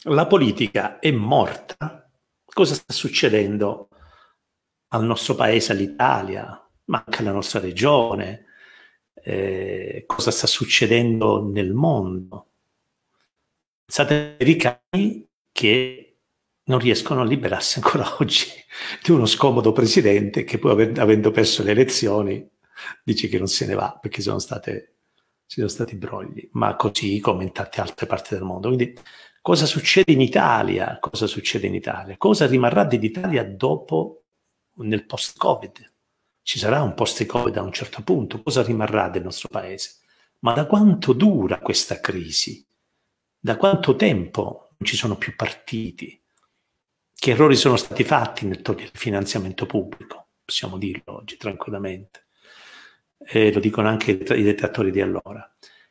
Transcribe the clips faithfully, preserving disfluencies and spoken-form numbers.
La politica è morta? Cosa sta succedendo al nostro paese, all'Italia, ma anche alla nostra regione? Eh, cosa sta succedendo nel mondo? Pensate agli americani che non riescono a liberarsi ancora oggi di uno scomodo presidente che poi, avendo perso le elezioni, dice che non se ne va perché sono state, ci sono stati brogli, ma così come in tante altre parti del mondo. Quindi cosa succede in Italia? Cosa succede in Italia? Cosa rimarrà dell'Italia dopo, nel post-Covid? Ci sarà un post-Covid a un certo punto? Cosa rimarrà del nostro paese? Ma da quanto dura questa crisi? Da quanto tempo non ci sono più partiti? Che errori sono stati fatti nel togliere il finanziamento pubblico? Possiamo dirlo oggi tranquillamente. E lo dicono anche i detrattori di allora.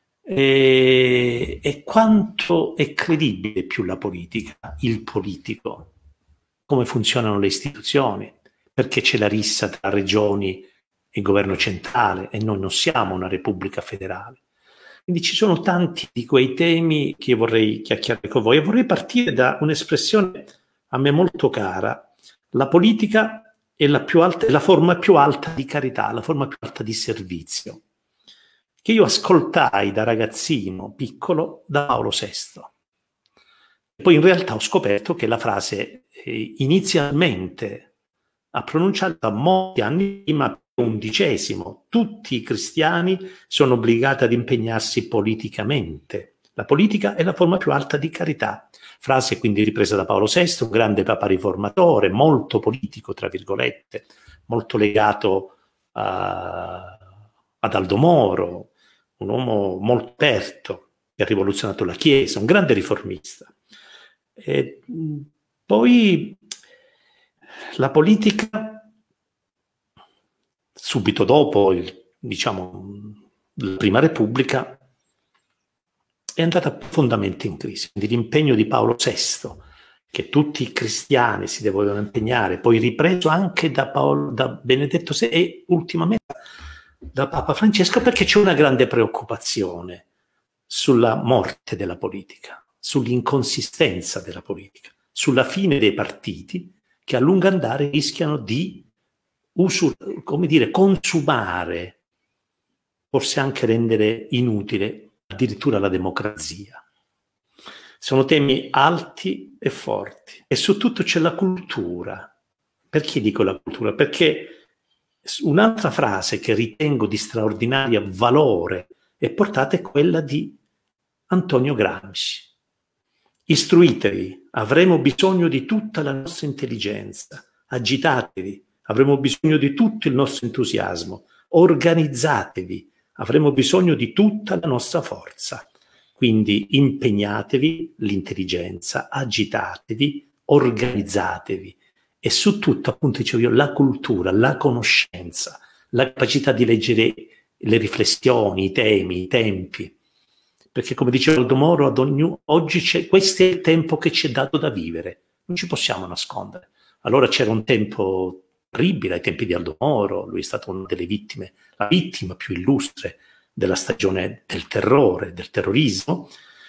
E, e quanto è credibile più la politica, il politico, come funzionano le istituzioni, perché c'è la rissa tra regioni e governo centrale e noi non siamo una repubblica federale. Quindi ci sono tanti di quei temi che io vorrei chiacchierare con voi e vorrei partire da un'espressione a me molto cara. La politica è la, più alta, è la forma più alta di carità, la forma più alta di servizio, che io ascoltai da ragazzino piccolo da Paolo sesto. Poi in realtà ho scoperto che la frase eh, inizialmente ha pronunciata molti anni prima, undicesimo, tutti i cristiani sono obbligati ad impegnarsi politicamente. La politica è la forma più alta di carità. Frase quindi ripresa da Paolo sesto, un grande papa riformatore, molto politico, tra virgolette, molto legato a, ad Aldo Moro, un uomo molto aperto, che ha rivoluzionato la Chiesa, un grande riformista. E poi la politica, subito dopo il, diciamo, la Prima Repubblica, è andata profondamente in crisi. Quindi l'impegno di Paolo sesto, che tutti i cristiani si dovevano impegnare, poi ripreso anche da, Paolo, da Benedetto sesto e ultimamente da Papa Francesco, perché c'è una grande preoccupazione sulla morte della politica, sull'inconsistenza della politica, sulla fine dei partiti che a lungo andare rischiano di usur- come dire, consumare, forse anche rendere inutile addirittura la democrazia. Sono temi alti e forti e su tutto c'è la cultura. Perché dico la cultura? Perché un'altra frase che ritengo di straordinario valore e portata è quella di Antonio Gramsci. Istruitevi, avremo bisogno di tutta la nostra intelligenza. Agitatevi, avremo bisogno di tutto il nostro entusiasmo. Organizzatevi, avremo bisogno di tutta la nostra forza. Quindi impegnatevi l'intelligenza, agitatevi, organizzatevi e su tutto, appunto, dicevo io, la cultura, la conoscenza, la capacità di leggere le riflessioni, i temi, i tempi. Perché come diceva Aldo Moro, ad ogni, oggi c'è, questo è il tempo che ci è dato da vivere, non ci possiamo nascondere. Allora c'era un tempo terribile ai tempi di Aldo Moro, lui è stato una delle vittime, la vittima più illustre della stagione del terrore, del terrorismo,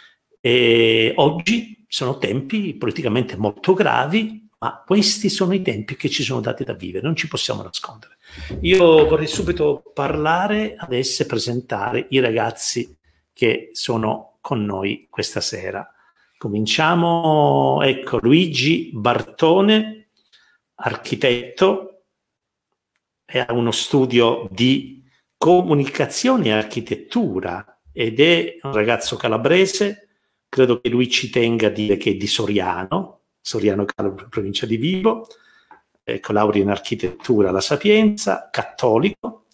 e oggi sono tempi politicamente molto gravi, ma questi sono i tempi che ci sono dati da vivere, non ci possiamo nascondere. Io vorrei subito parlare adesso e presentare i ragazzi che sono con noi questa sera. Cominciamo, ecco, Luigi Bartone, architetto, e ha uno studio di comunicazione e architettura ed è un ragazzo calabrese, credo che lui ci tenga a dire che è di Soriano, Soriano Calabro, provincia di Vibo, ecco, laurea in architettura alla Sapienza, cattolico,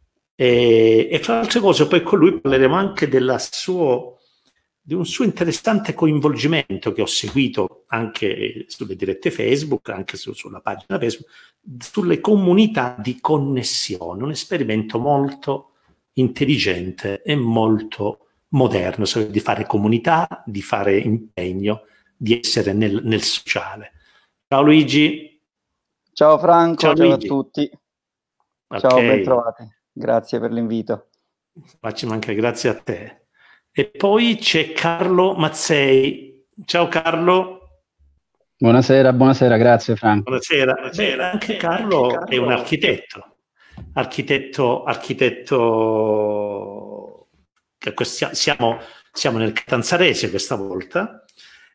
e, e tra le altre cose poi con lui parleremo anche della suo, di un suo interessante coinvolgimento che ho seguito anche sulle dirette Facebook, anche su, sulla pagina Facebook, sulle comunità di connessione, un esperimento molto intelligente e molto moderno, cioè di fare comunità, di fare impegno, di essere nel, nel sociale. Ciao Luigi. Ciao Franco, Ciao, ciao a Luigi. tutti. Ciao, Ok. ben trovati. Grazie per l'invito. Ma ci manca, grazie a te. E poi c'è Carlo Mazzei, Ciao Carlo. Buonasera, buonasera, grazie Franco. Buonasera. Beh, anche Carlo è un architetto, architetto, architetto, che siamo, siamo nel Catanzarese questa volta,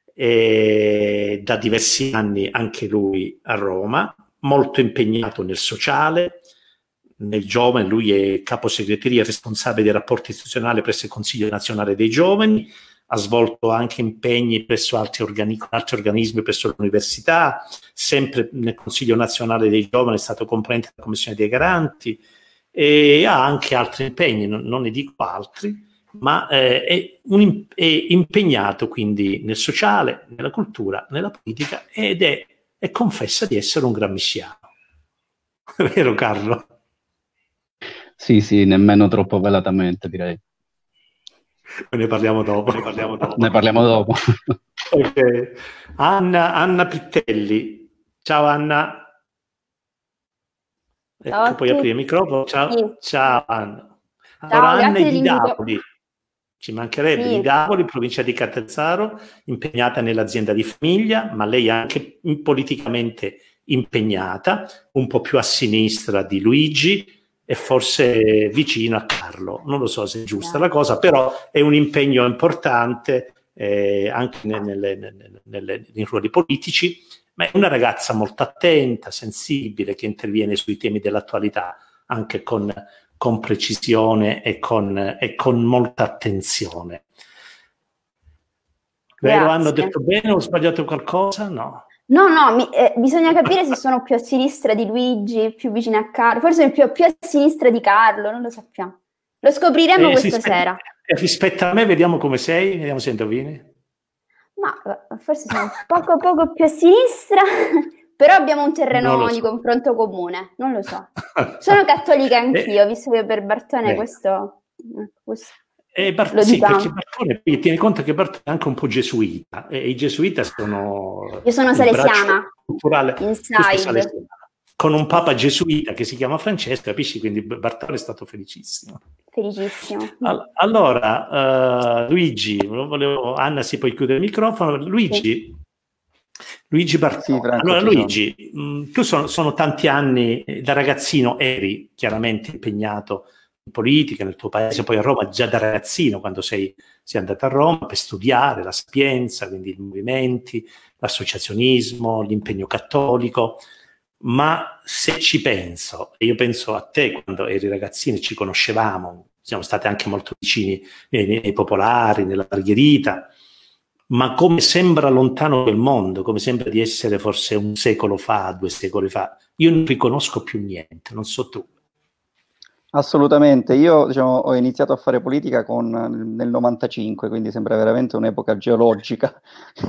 e da diversi anni anche lui a Roma, molto impegnato nel sociale, nel giovane. Lui è caposegreteria responsabile dei rapporti istituzionali presso il Consiglio Nazionale dei Giovani, ha svolto anche impegni presso altri, organi- altri organismi, presso l'università, sempre nel Consiglio Nazionale dei Giovani è stato componente della Commissione dei Garanti, e ha anche altri impegni, non, non ne dico altri, ma eh, è, un, è impegnato quindi nel sociale, nella cultura, nella politica, ed è, è confessa di essere un gramsciano. Vero Carlo? Sì, sì, nemmeno troppo velatamente, direi. Ne parliamo dopo, ne parliamo dopo. Ne parliamo dopo. Okay. Anna, Anna Pittelli. Ciao Anna. Ciao, ecco, puoi aprire il microfono. Ciao, sì. Ciao Anna. Allora, Ciao, Anna è di dell'invito. Davoli, ci mancherebbe, Sì. di Davoli, provincia di Catanzaro, impegnata nell'azienda di famiglia, ma lei è anche politicamente impegnata, un po' più a sinistra di Luigi e forse vicino a Carlo. Non lo so se è giusta la cosa, però è un impegno importante eh, anche nelle, nelle, nelle, nei ruoli politici, ma è una ragazza molto attenta, sensibile, che interviene sui temi dell'attualità anche con, con precisione e con, e con molta attenzione. Vero, Anna, ho detto bene? Ho sbagliato qualcosa? No. No, no, mi, eh, bisogna capire se sono più a sinistra di Luigi, più vicino a Carlo, forse più, più a sinistra di Carlo, non lo sappiamo. Lo scopriremo Eh, questa rispetto, sera. Eh, rispetto a me, vediamo come sei, vediamo se indovini. Ma forse sono poco poco più a sinistra, però abbiamo un terreno so. di confronto comune, non lo so. Sono cattolica anch'io, eh, visto che per Bartone eh. questo... questo... Eh, Bart- lo sì, diciamo. perché Bartone, tieni conto che Bartone è anche un po' gesuita, e i gesuita sono... Io sono salesiana, culturale, inside. Con un papa gesuita che si chiama Francesco, capisci? Quindi Bartone è stato felicissimo. Felicissimo. All- allora, uh, Luigi, volevo, Anna, si puoi chiudere il microfono. Luigi, sì. Luigi Bartone. Sì, Franco, allora, Luigi, mh, tu sono, sono tanti anni, da ragazzino eri chiaramente impegnato in politica, nel tuo paese, poi a Roma, già da ragazzino, quando sei, sei andato a Roma per studiare la sapienza, quindi i movimenti, l'associazionismo, l'impegno cattolico. Ma se ci penso, e io penso a te quando eri ragazzino, ci conoscevamo, siamo stati anche molto vicini nei, nei popolari, nella Margherita, ma come sembra lontano quel mondo, come sembra di essere forse un secolo fa, due secoli fa, io non riconosco più niente, non so tu. Assolutamente, io diciamo, ho iniziato a fare politica con, nel novantacinque, quindi sembra veramente un'epoca geologica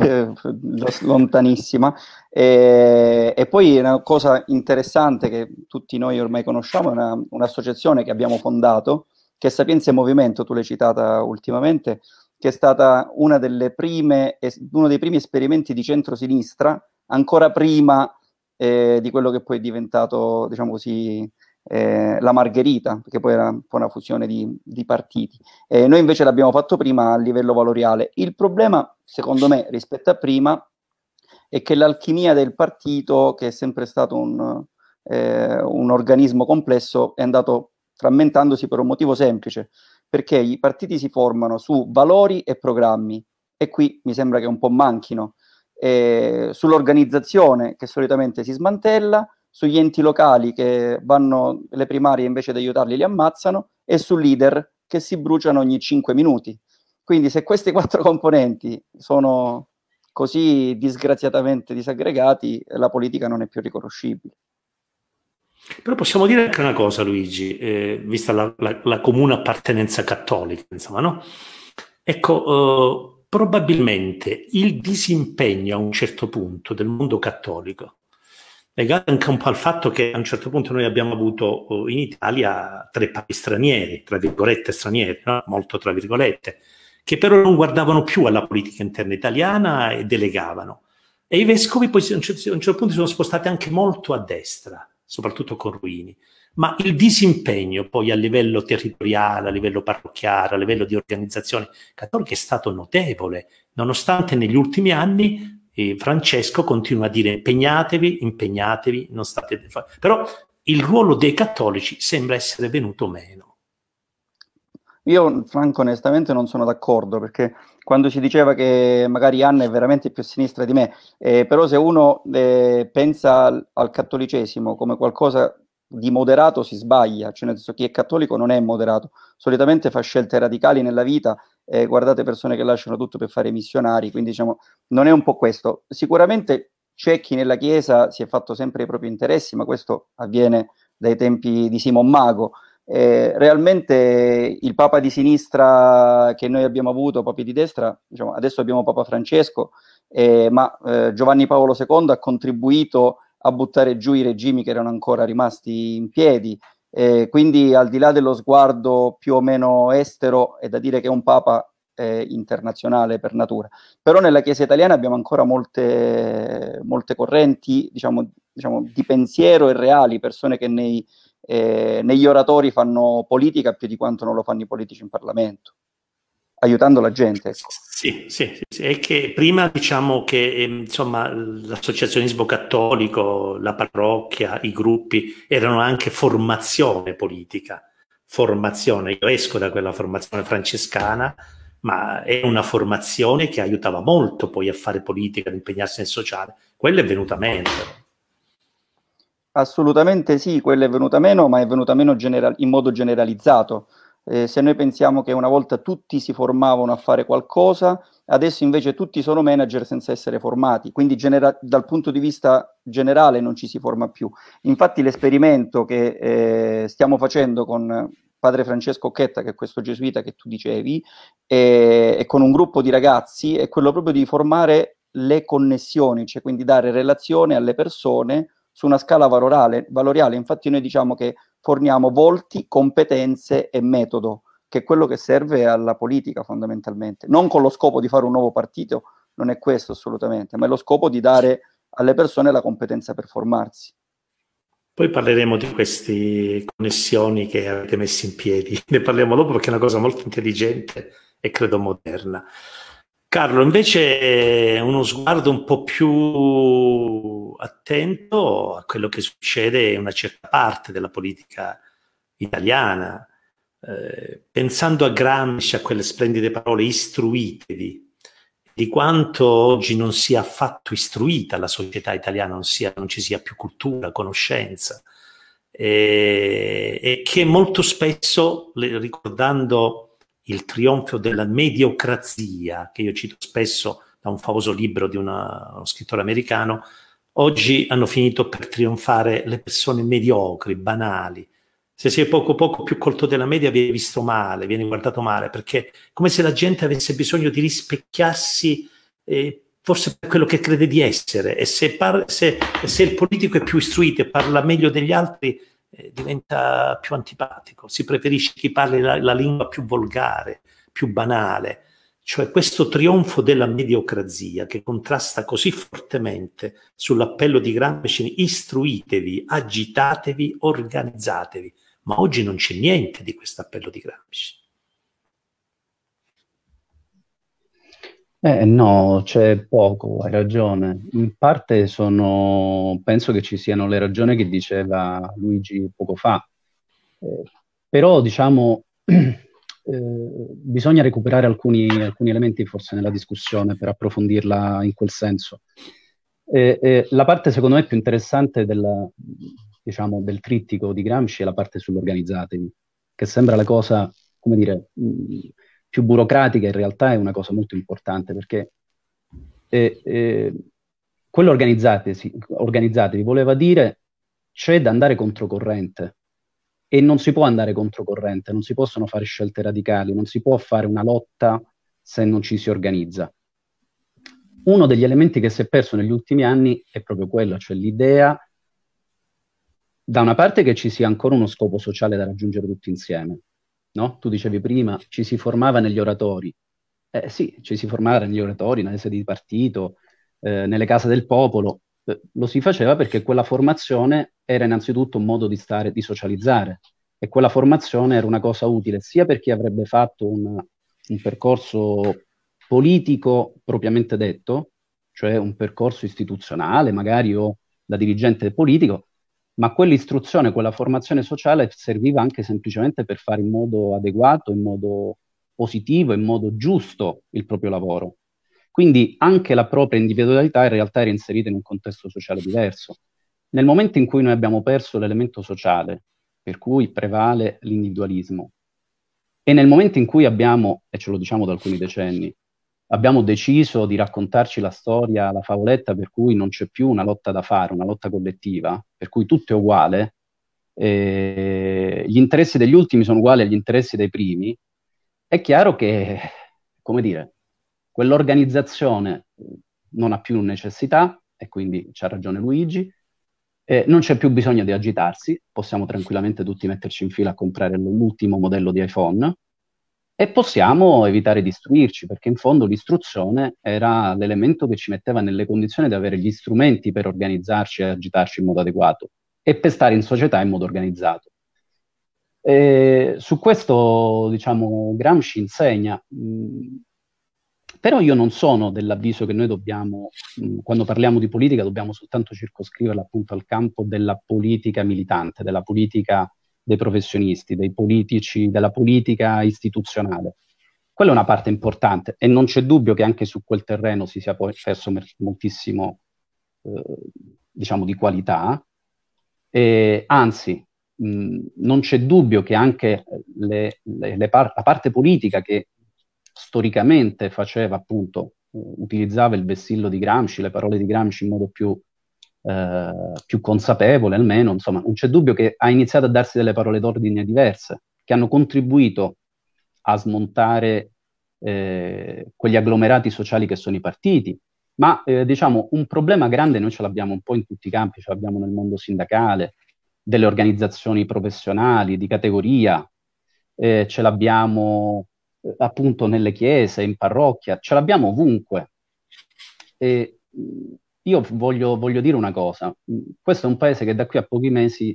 lontanissima, e, e poi una cosa interessante che tutti noi ormai conosciamo è una, un'associazione che abbiamo fondato, che è Sapienza e Movimento, tu l'hai citata ultimamente, che è stata una delle prime, uno dei primi esperimenti di centrosinistra, ancora prima eh, di quello che poi è diventato, diciamo così, Eh, la Margherita, perché poi era un po' una fusione di, di partiti. Eh, noi invece l'abbiamo fatto prima a livello valoriale. Il problema, secondo me, rispetto a prima, è che l'alchimia del partito, che è sempre stato un, eh, un organismo complesso, è andato frammentandosi per un motivo semplice, perché i partiti si formano su valori e programmi, e qui mi sembra che un po' manchino, eh, sull'organizzazione, che solitamente si smantella, sugli enti locali che vanno le primarie invece di aiutarli li ammazzano, e sul leader che si bruciano ogni cinque minuti. Quindi se questi quattro componenti sono così disgraziatamente disaggregati, la politica non è più riconoscibile. Però possiamo dire anche una cosa, Luigi, eh, vista la, la, la comune appartenenza cattolica, insomma, no? Ecco, eh, probabilmente il disimpegno a un certo punto del mondo cattolico, legato anche un po' al fatto che a un certo punto noi abbiamo avuto in Italia tre papi stranieri, tra virgolette stranieri, no? Molto tra virgolette, che però non guardavano più alla politica interna italiana e delegavano. E i vescovi poi a un certo, a un certo punto si sono spostati anche molto a destra, soprattutto con Ruini. ma il disimpegno poi a livello territoriale, a livello parrocchiale, a livello di organizzazione cattolica è stato notevole, nonostante negli ultimi anni eh, Francesco continua a dire impegnatevi, impegnatevi, non state... Però il ruolo dei cattolici sembra essere venuto meno. Io, Franco, onestamente non sono d'accordo, perché quando si diceva che magari Anna è veramente più a sinistra di me, eh, però se uno eh, pensa al, al cattolicesimo come qualcosa di moderato si sbaglia, cioè nel senso chi è cattolico non è moderato, solitamente fa scelte radicali nella vita, eh, guardate persone che lasciano tutto per fare i missionari, quindi diciamo non è un po' questo. Sicuramente c'è chi nella Chiesa si è fatto sempre i propri interessi, ma questo avviene dai tempi di Simon Mago. Eh, realmente il Papa di sinistra che noi abbiamo avuto, papi di destra, diciamo, adesso abbiamo Papa Francesco, eh, ma eh, Giovanni Paolo secondo ha contribuito a buttare giù i regimi che erano ancora rimasti in piedi, eh, quindi al di là dello sguardo più o meno estero è da dire che è un Papa eh, internazionale per natura, però nella Chiesa italiana abbiamo ancora molte, molte correnti diciamo, diciamo, di pensiero e reali, persone che nei Eh, negli oratori fanno politica più di quanto non lo fanno i politici in Parlamento, aiutando la gente. Ecco. Sì, sì, sì, sì. È che prima diciamo che eh, insomma l'associazionismo cattolico, la parrocchia, i gruppi erano anche formazione politica, formazione. Io esco da quella formazione francescana, ma è una formazione che aiutava molto poi a fare politica, ad impegnarsi nel sociale. Quella è venuta meno. Assolutamente sì, quella è venuta meno, ma è venuta meno general- in modo generalizzato. Eh, se noi pensiamo che una volta tutti si formavano a fare qualcosa, adesso invece tutti sono manager senza essere formati, quindi genera- dal punto di vista generale non ci si forma più. Infatti l'esperimento che eh, stiamo facendo con padre Francesco Occhetta, che è questo gesuita che tu dicevi, e, e con un gruppo di ragazzi, è quello proprio di formare le connessioni, cioè quindi dare relazione alle persone su una scala valorale, valoriale. Infatti noi diciamo che forniamo volti, competenze e metodo, che è quello che serve alla politica fondamentalmente. Non con lo scopo di fare un nuovo partito, non è questo assolutamente, ma è lo scopo di dare alle persone la competenza per formarsi. Poi parleremo di queste connessioni che avete messo in piedi, ne parliamo dopo perché è una cosa molto intelligente e credo moderna. Carlo, invece uno sguardo un po' più attento a quello che succede in una certa parte della politica italiana, eh, pensando a Gramsci, a quelle splendide parole istruitevi, di quanto oggi non sia affatto istruita la società italiana, non, sia, non ci sia più cultura, conoscenza, e, e che molto spesso, ricordando il trionfo della mediocrazia, che io cito spesso da un famoso libro di una, uno scrittore americano, oggi hanno finito per trionfare le persone mediocri, banali. Se sei poco poco più colto della media vieni visto male, vieni guardato male, perché è come se la gente avesse bisogno di rispecchiarsi eh, forse per quello che crede di essere, e se, par- se, se il politico è più istruito e parla meglio degli altri, Eh, diventa più antipatico, si preferisce chi parli la, la lingua più volgare, più banale, cioè questo trionfo della mediocrazia che contrasta così fortemente sull'appello di Gramsci: istruitevi, agitatevi, organizzatevi, ma oggi non c'è niente di questo appello di Gramsci. Eh, no, c'è poco, hai ragione. In parte sono, penso che ci siano le ragioni che diceva Luigi poco fa. Eh, però, diciamo, eh, bisogna recuperare alcuni, alcuni elementi forse nella discussione per approfondirla in quel senso. Eh, eh, la parte, secondo me, più interessante del, diciamo, del trittico di Gramsci è la parte sull'organizzatevi, che sembra la cosa, come dire... Mh, più burocratica, in realtà è una cosa molto importante, perché eh, eh, quello organizzatevi, organizzatevi voleva dire c'è da andare controcorrente, e non si può andare controcorrente, non si possono fare scelte radicali, non si può fare una lotta se non ci si organizza. Uno degli elementi che si è perso negli ultimi anni è proprio quello, cioè l'idea, da una parte, che ci sia ancora uno scopo sociale da raggiungere tutti insieme. No? Tu dicevi prima, ci si formava negli oratori. Eh, sì, ci si formava negli oratori, nelle sedi di partito, eh, nelle case del popolo, eh, lo si faceva perché quella formazione era innanzitutto un modo di stare, di socializzare, e quella formazione era una cosa utile sia per chi avrebbe fatto un, un percorso politico propriamente detto, cioè un percorso istituzionale magari o da dirigente politico, ma quell'istruzione, quella formazione sociale serviva anche semplicemente per fare in modo adeguato, in modo positivo, in modo giusto il proprio lavoro. Quindi anche la propria individualità in realtà era inserita in un contesto sociale diverso. Nel momento in cui noi abbiamo perso l'elemento sociale, per cui prevale l'individualismo, e nel momento in cui abbiamo, e ce lo diciamo da alcuni decenni, abbiamo deciso di raccontarci la storia, la favoletta per cui non c'è più una lotta da fare, una lotta collettiva, per cui tutto è uguale, eh, gli interessi degli ultimi sono uguali agli interessi dei primi, è chiaro che, come dire, quell'organizzazione non ha più necessità, e quindi c'ha ragione Luigi, eh, non c'è più bisogno di agitarsi, possiamo tranquillamente tutti metterci in fila a comprare l'ultimo modello di iPhone, e possiamo evitare di istruirci, perché in fondo l'istruzione era l'elemento che ci metteva nelle condizioni di avere gli strumenti per organizzarci e agitarci in modo adeguato, e per stare in società in modo organizzato. E su questo, diciamo, Gramsci insegna, mh, però io non sono dell'avviso che noi dobbiamo, mh, quando parliamo di politica, dobbiamo soltanto circoscriverla appunto al campo della politica militante, della politica dei professionisti, dei politici, della politica istituzionale. Quella è una parte importante, e non c'è dubbio che anche su quel terreno si sia poi perso moltissimo, eh, diciamo, di qualità, e anzi, mh, non c'è dubbio che anche le, le, le par- la parte politica che storicamente faceva appunto, uh, utilizzava il vessillo di Gramsci, le parole di Gramsci in modo più, uh, più consapevole almeno, insomma, non c'è dubbio che ha iniziato a darsi delle parole d'ordine diverse, che hanno contribuito a smontare eh, quegli agglomerati sociali che sono i partiti. Ma eh, diciamo, un problema grande noi ce l'abbiamo un po' in tutti i campi, ce l'abbiamo nel mondo sindacale, delle organizzazioni professionali, di categoria, eh, ce l'abbiamo eh, appunto nelle chiese, in parrocchia, ce l'abbiamo ovunque. E io voglio, voglio dire una cosa, questo è un paese che da qui a pochi mesi,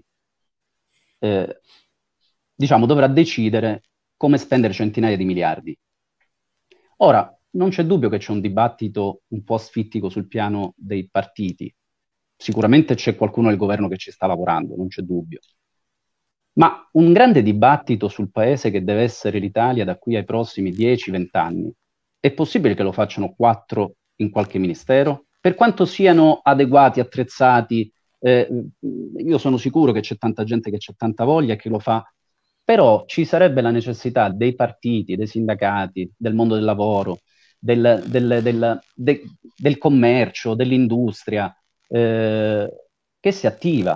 eh, diciamo, dovrà decidere come spendere centinaia di miliardi. Ora, non c'è dubbio che c'è un dibattito un po' asfittico sul piano dei partiti. Sicuramente c'è qualcuno del governo che ci sta lavorando, non c'è dubbio. Ma un grande dibattito sul paese che deve essere l'Italia da qui ai prossimi dieci venti anni, è possibile che lo facciano quattro in qualche ministero? Per quanto siano adeguati, attrezzati, eh, io sono sicuro che c'è tanta gente che c'ha tanta voglia e che lo fa, però ci sarebbe la necessità dei partiti, dei sindacati, del mondo del lavoro, del, del, del, de, del commercio, dell'industria, eh, che si attiva.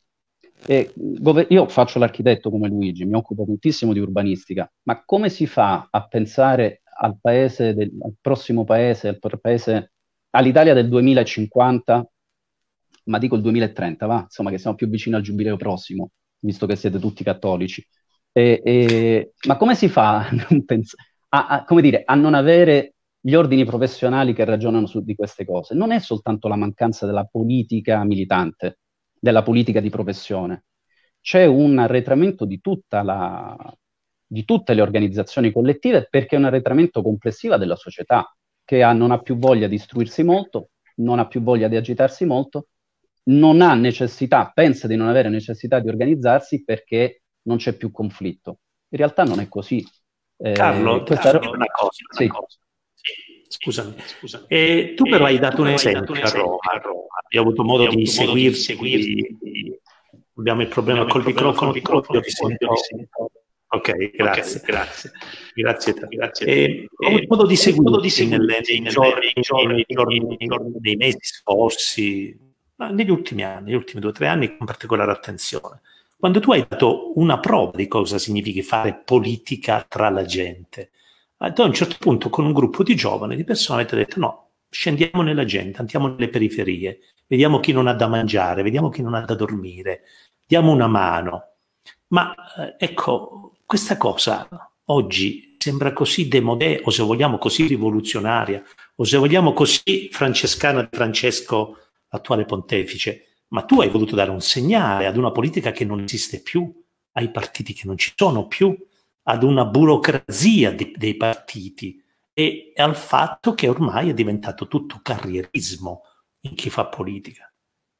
E, io faccio l'architetto come Luigi, mi occupo moltissimo di urbanistica, ma come si fa a pensare al paese, del, al prossimo paese, al paese, all'Italia del duemilacinquanta, ma dico il duemilatrenta, va? Insomma, che siamo più vicini al giubileo prossimo, visto che siete tutti cattolici. E, e, ma come si fa a non, pens- a, a, come dire, a non avere gli ordini professionali che ragionano su di queste cose? Non è soltanto la mancanza della politica militante, della politica di professione. C'è un arretramento di, tutta la, di tutte le organizzazioni collettive, perché è un arretramento complessivo della società, che ha, non ha più voglia di istruirsi molto, non ha più voglia di agitarsi molto, non ha necessità, pensa di non avere necessità di organizzarsi perché non c'è più conflitto. In realtà non è così. Eh, Carlo, questa... Carlo, una cosa, una sì. cosa. Sì, scusami, scusami. E tu però hai dato un esempio a Roma. A Roma. Io ho avuto modo di seguirti. Abbiamo il problema col microfono, io ti sento. Ok, grazie, grazie, grazie. grazie. E, ho avuto modo di seguirti nei giorni, nei giorni, nei mesi scorsi, negli ultimi anni, negli ultimi due o tre anni con particolare attenzione. Quando tu hai dato una prova di cosa significhi fare politica tra la gente, a un certo punto con un gruppo di giovani, di persone, avete detto no, scendiamo nella gente, andiamo nelle periferie, vediamo chi non ha da mangiare, vediamo chi non ha da dormire, diamo una mano. Ma eh, ecco, questa cosa oggi sembra così démodé, o se vogliamo così rivoluzionaria, o se vogliamo così francescana di Francesco l'attuale pontefice, ma tu hai voluto dare un segnale ad una politica che non esiste più, ai partiti che non ci sono più, ad una burocrazia di, dei partiti e al fatto che ormai è diventato tutto carrierismo in chi fa politica.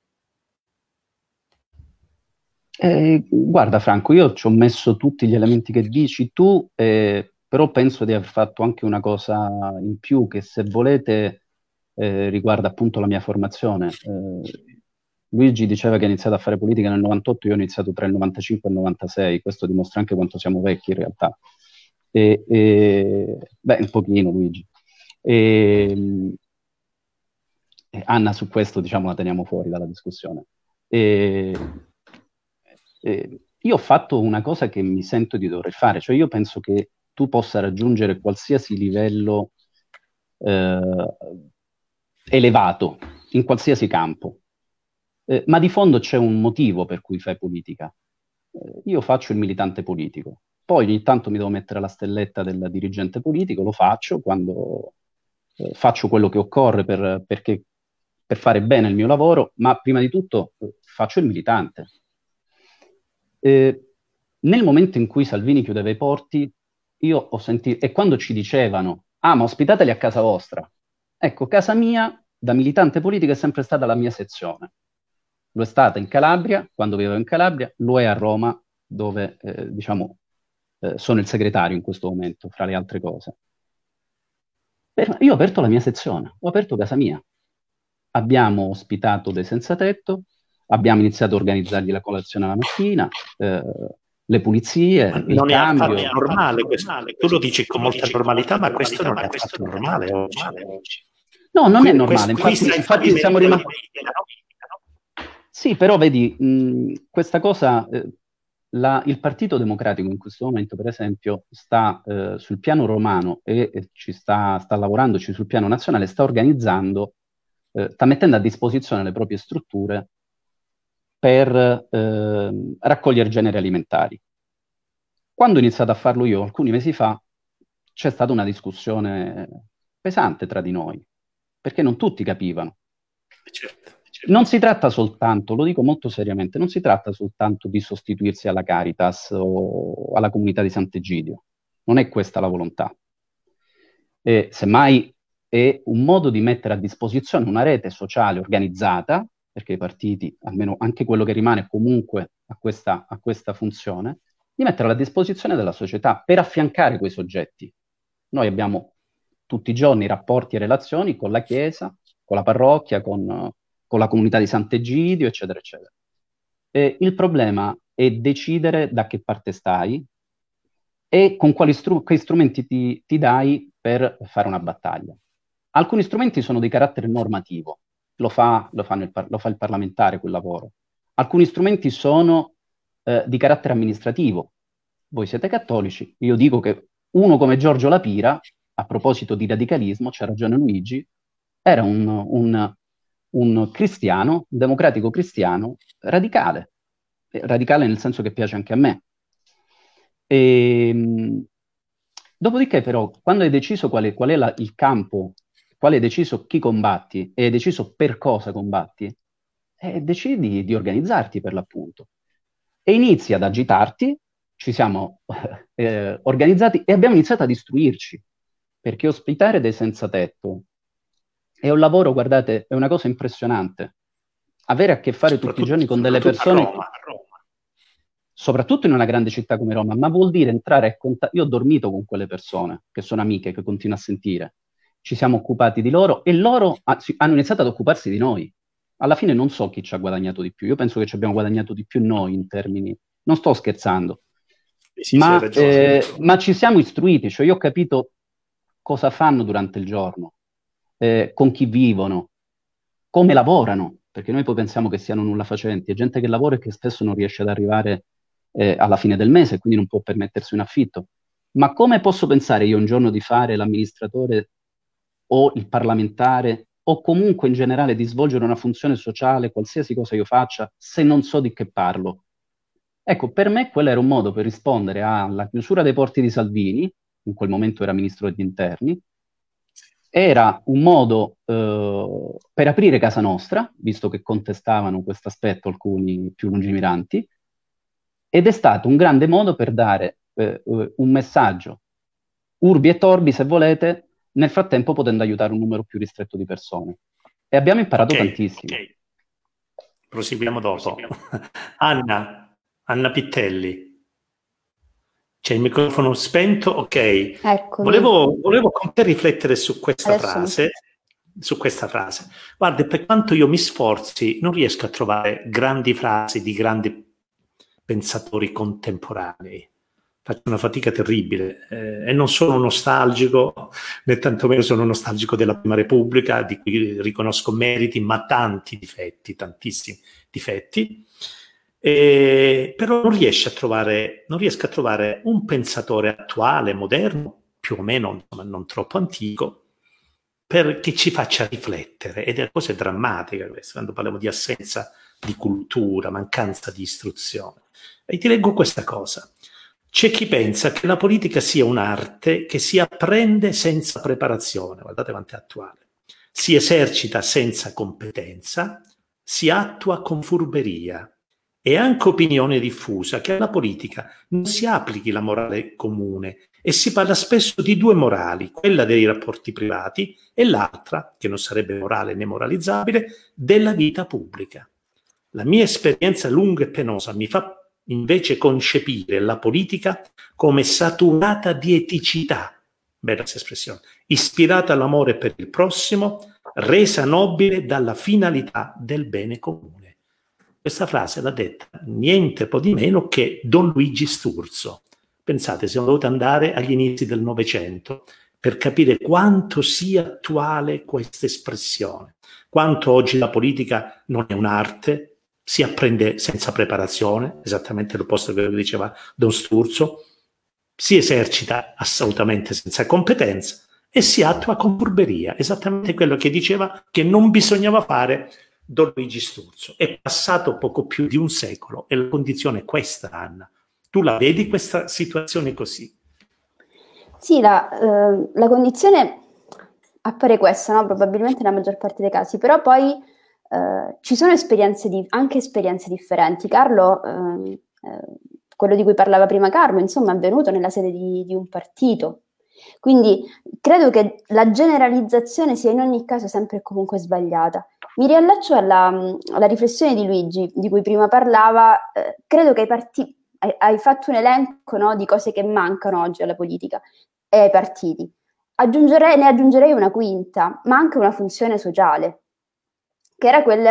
Eh, guarda Franco, io ci ho messo tutti gli elementi che dici tu, eh, però penso di aver fatto anche una cosa in più che, se volete, eh, riguarda appunto la mia formazione. Eh, Luigi diceva che ha iniziato a fare politica nel novantotto, io ho iniziato tra il novantacinque e il novantasei, questo dimostra anche quanto siamo vecchi in realtà. E, e, beh, un pochino Luigi. E, e Anna su questo, diciamo, la teniamo fuori dalla discussione. E, e, io ho fatto una cosa che mi sento di dover fare, cioè io penso che tu possa raggiungere qualsiasi livello eh, elevato, in qualsiasi campo. Eh, ma di fondo c'è un motivo per cui fai politica. Eh, io faccio il militante politico, poi ogni tanto mi devo mettere la stelletta del dirigente politico, lo faccio quando eh, faccio quello che occorre per, perché, per fare bene il mio lavoro, ma prima di tutto eh, faccio il militante. Eh, nel momento in cui Salvini chiudeva i porti, io ho sentito, e quando ci dicevano, ah, ma ospitateli a casa vostra, ecco, casa mia, da militante politico, è sempre stata la mia sezione. Lo è stata in Calabria, quando vivevo in Calabria, lo è a Roma, dove, eh, diciamo, eh, sono il segretario in questo momento, fra le altre cose. Per, io ho aperto la mia sezione, ho aperto casa mia. Abbiamo ospitato dei senza tetto, abbiamo iniziato a organizzargli la colazione la mattina, eh, le pulizie, ma il non cambio. Non è affatto normale questo. Tu lo dici con molta normalità, ma questo non è affatto normale oggi. No, non Qui, è normale, questo, infatti, infatti siamo rimasti... Sì, però vedi, mh, questa cosa, eh, la, il Partito Democratico in questo momento, per esempio, sta eh, sul piano romano e, e ci sta, sta lavorandoci sul piano nazionale, sta organizzando, eh, sta mettendo a disposizione le proprie strutture per eh, raccogliere generi alimentari. Quando ho iniziato a farlo io, alcuni mesi fa, c'è stata una discussione pesante tra di noi, perché non tutti capivano. Certo. Non si tratta soltanto, lo dico molto seriamente, non si tratta soltanto di sostituirsi alla Caritas o alla comunità di Sant'Egidio. Non è questa la volontà. E, semmai è un modo di mettere a disposizione una rete sociale organizzata, perché i partiti, almeno anche quello che rimane comunque a questa, a questa funzione, di metterla a disposizione della società per affiancare quei soggetti. Noi abbiamo tutti i giorni rapporti e relazioni con la Chiesa, con la parrocchia, con... con la comunità di Sant'Egidio, eccetera, eccetera. E il problema è decidere da che parte stai e con quali stru- che strumenti ti, ti dai per fare una battaglia. Alcuni strumenti sono di carattere normativo, lo fa, lo fa, nel par- lo fa il parlamentare quel lavoro. Alcuni strumenti sono eh, di carattere amministrativo. Voi siete cattolici, io dico che uno come Giorgio Lapira, a proposito di radicalismo, c'ha ragione Luigi, era un... un un cristiano, un democratico cristiano radicale, radicale nel senso che piace anche a me. E, dopodiché però, quando hai deciso qual è, qual è la, il campo, quale hai deciso chi combatti e hai deciso per cosa combatti, eh, decidi di organizzarti per l'appunto. E inizi ad agitarti, ci siamo eh, organizzati e abbiamo iniziato a istruirci, perché ospitare dei senza tetto è un lavoro, guardate, è una cosa impressionante. Avere a che fare tutti i giorni con delle persone, a Roma, a Roma. soprattutto in una grande città come Roma, ma vuol dire entrare a contatto. Io ho dormito con quelle persone, che sono amiche, che continuo a sentire. Ci siamo occupati di loro e loro ah, sì, hanno iniziato ad occuparsi di noi. Alla fine non so chi ci ha guadagnato di più. Io penso che ci abbiamo guadagnato di più noi in termini... Non sto scherzando. Sì, ma, ragione, eh, ma ci siamo istruiti, cioè io ho capito cosa fanno durante il giorno. Eh, con chi vivono, come lavorano, perché noi poi pensiamo che siano nulla facenti, è gente che lavora e che spesso non riesce ad arrivare eh, alla fine del mese, quindi non può permettersi un affitto. Ma come posso pensare io un giorno di fare l'amministratore o il parlamentare o comunque in generale di svolgere una funzione sociale, qualsiasi cosa io faccia, se non so di che parlo? Ecco, per me quello era un modo per rispondere alla chiusura dei porti di Salvini, in quel momento era ministro degli interni, era un modo eh, per aprire casa nostra, visto che contestavano questo aspetto alcuni più lungimiranti, ed è stato un grande modo per dare eh, un messaggio urbi e torbi, se volete, nel frattempo potendo aiutare un numero più ristretto di persone. E abbiamo imparato Ok, tantissimo. ok. Proseguiamo dopo. Anna, Anna Pittelli. C'è il microfono spento? Ok. Ecco, Volevo, volevo con te riflettere su questa Adesso frase. Su questa frase. Guarda, per quanto io mi sforzi, non riesco a trovare grandi frasi di grandi pensatori contemporanei. Faccio una fatica terribile eh, e non sono nostalgico, né tantomeno sono nostalgico della Prima Repubblica, di cui riconosco meriti, ma tanti difetti, tantissimi difetti. E, però non riesco a trovare, non riesco a trovare un pensatore attuale, moderno, più o meno, insomma, non troppo antico, per che ci faccia riflettere. Ed è una cosa drammatica questa, quando parliamo di assenza di cultura, mancanza di istruzione. E ti leggo questa cosa. C'è chi pensa che la politica sia un'arte che si apprende senza preparazione, guardate quanto è attuale, si esercita senza competenza, si attua con furberia. È anche opinione diffusa che alla politica non si applichi la morale comune e si parla spesso di due morali, quella dei rapporti privati e l'altra, che non sarebbe morale né moralizzabile, della vita pubblica. La mia esperienza lunga e penosa mi fa invece concepire la politica come saturata di eticità, bella questa espressione, ispirata all'amore per il prossimo, resa nobile dalla finalità del bene comune. Questa frase l'ha detta niente po' di meno che Don Luigi Sturzo. Pensate, siamo dovuti andare agli inizi del Novecento per capire quanto sia attuale questa espressione, quanto oggi la politica non è un'arte, si apprende senza preparazione, esattamente l'opposto che diceva Don Sturzo, si esercita assolutamente senza competenza e si attua con furberia, esattamente quello che diceva che non bisognava fare Don Luigi Sturzo. È passato poco più di un secolo e la condizione è questa, Anna. Tu la vedi questa situazione così? Sì, la, eh, la condizione appare questa, no? Probabilmente nella maggior parte dei casi, però poi eh, ci sono esperienze di, anche esperienze differenti. Carlo, eh, eh, quello di cui parlava prima Carlo, insomma, è avvenuto nella sede di, di un partito. Quindi credo che la generalizzazione sia in ogni caso sempre e comunque sbagliata. Mi riallaccio alla, alla riflessione di Luigi, di cui prima parlava. Eh, credo che i partiti, hai, hai fatto un elenco, no, di cose che mancano oggi alla politica e ai partiti. Aggiungerei, ne aggiungerei una quinta, ma anche una funzione sociale, che era quel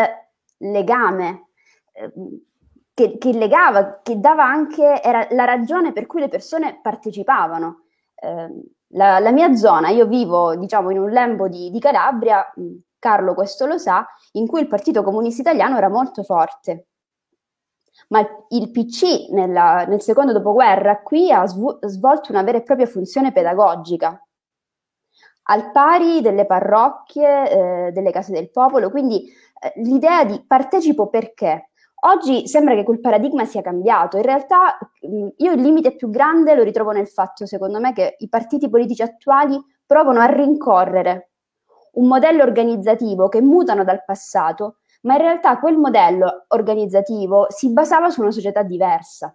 legame eh, che, che legava, che dava anche, era la ragione per cui le persone partecipavano. Eh, la, la mia zona, io vivo diciamo in un lembo di, di Calabria, Carlo questo lo sa, in cui il Partito Comunista Italiano era molto forte, ma il, il P C nella, nel secondo dopoguerra qui ha sv- svolto una vera e propria funzione pedagogica, al pari delle parrocchie, eh, delle case del popolo, quindi eh, l'idea di partecipo perché? Oggi sembra che quel paradigma sia cambiato, in realtà mh, io il limite più grande lo ritrovo nel fatto, secondo me, che i partiti politici attuali provano a rincorrere un modello organizzativo che mutano dal passato, ma in realtà quel modello organizzativo si basava su una società diversa.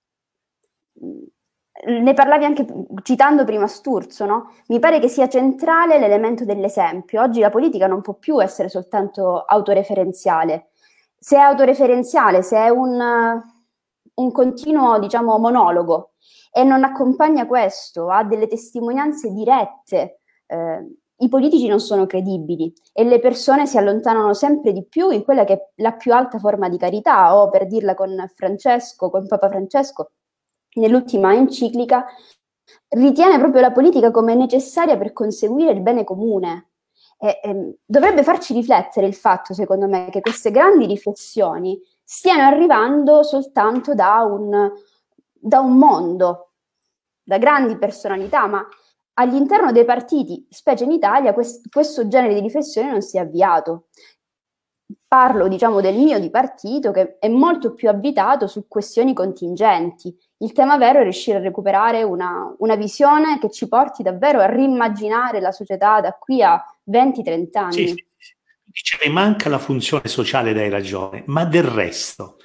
Ne parlavi anche citando prima Sturzo, no? Mi pare che sia centrale l'elemento dell'esempio. Oggi la politica non può più essere soltanto autoreferenziale. Se è autoreferenziale, se è un, un continuo, diciamo, monologo e non accompagna questo a delle testimonianze dirette, eh, i politici non sono credibili e le persone si allontanano sempre di più in quella che è la più alta forma di carità, o per dirla con Francesco, con Papa Francesco, nell'ultima enciclica, ritiene proprio la politica come necessaria per conseguire il bene comune. E, e, dovrebbe farci riflettere il fatto, secondo me, che queste grandi riflessioni stiano arrivando soltanto da un, da un mondo, da grandi personalità, ma all'interno dei partiti, specie in Italia, quest, questo genere di riflessione non si è avviato. parlo, diciamo, del mio di partito, che è molto più avvitato su questioni contingenti. Il tema vero è riuscire a recuperare una, una visione che ci porti davvero a rimmaginare la società da qui a venti trenta anni. Sì, sì, sì. Ce ne manca la funzione sociale, dai ragione, ma del resto,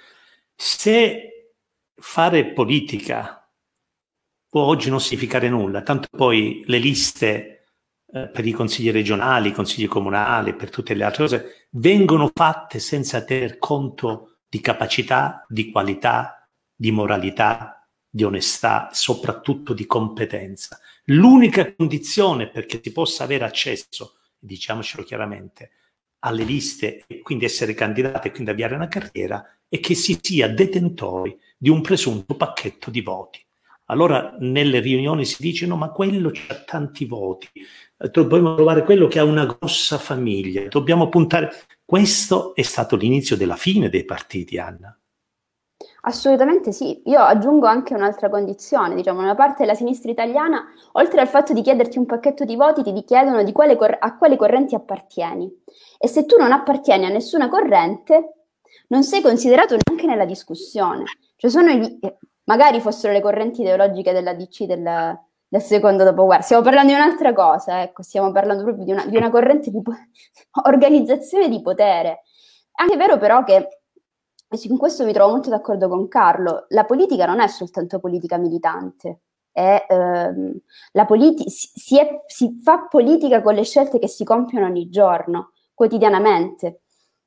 se fare politica può oggi non significare nulla, tanto poi le liste eh, per i consigli regionali, i consigli comunali, per tutte le altre cose, vengono fatte senza tener conto di capacità, di qualità, di moralità, di onestà, soprattutto di competenza. L'unica condizione perché si possa avere accesso, diciamocelo chiaramente, alle liste e quindi essere candidati e quindi avviare una carriera è che si sia detentori di un presunto pacchetto di voti. Allora nelle riunioni si dice no, ma quello ha tanti voti, dobbiamo trovare quello che ha una grossa famiglia, dobbiamo puntare. Questo è stato l'inizio della fine dei partiti, Anna. Assolutamente sì, io aggiungo anche un'altra condizione, diciamo, una parte della sinistra italiana, oltre al fatto di chiederti un pacchetto di voti, ti chiedono di quale cor- a quali correnti appartieni. E se tu non appartieni a nessuna corrente, non sei considerato neanche nella discussione. Cioè sono gli, magari fossero le correnti ideologiche della D C del, del secondo dopoguerra, stiamo parlando di un'altra cosa, ecco, stiamo parlando proprio di una, di una corrente di po- organizzazione di potere. È anche vero però che, e in questo mi trovo molto d'accordo con Carlo, la politica non è soltanto politica militante, è, ehm, la politi- si, è, si fa politica con le scelte che si compiono ogni giorno, quotidianamente.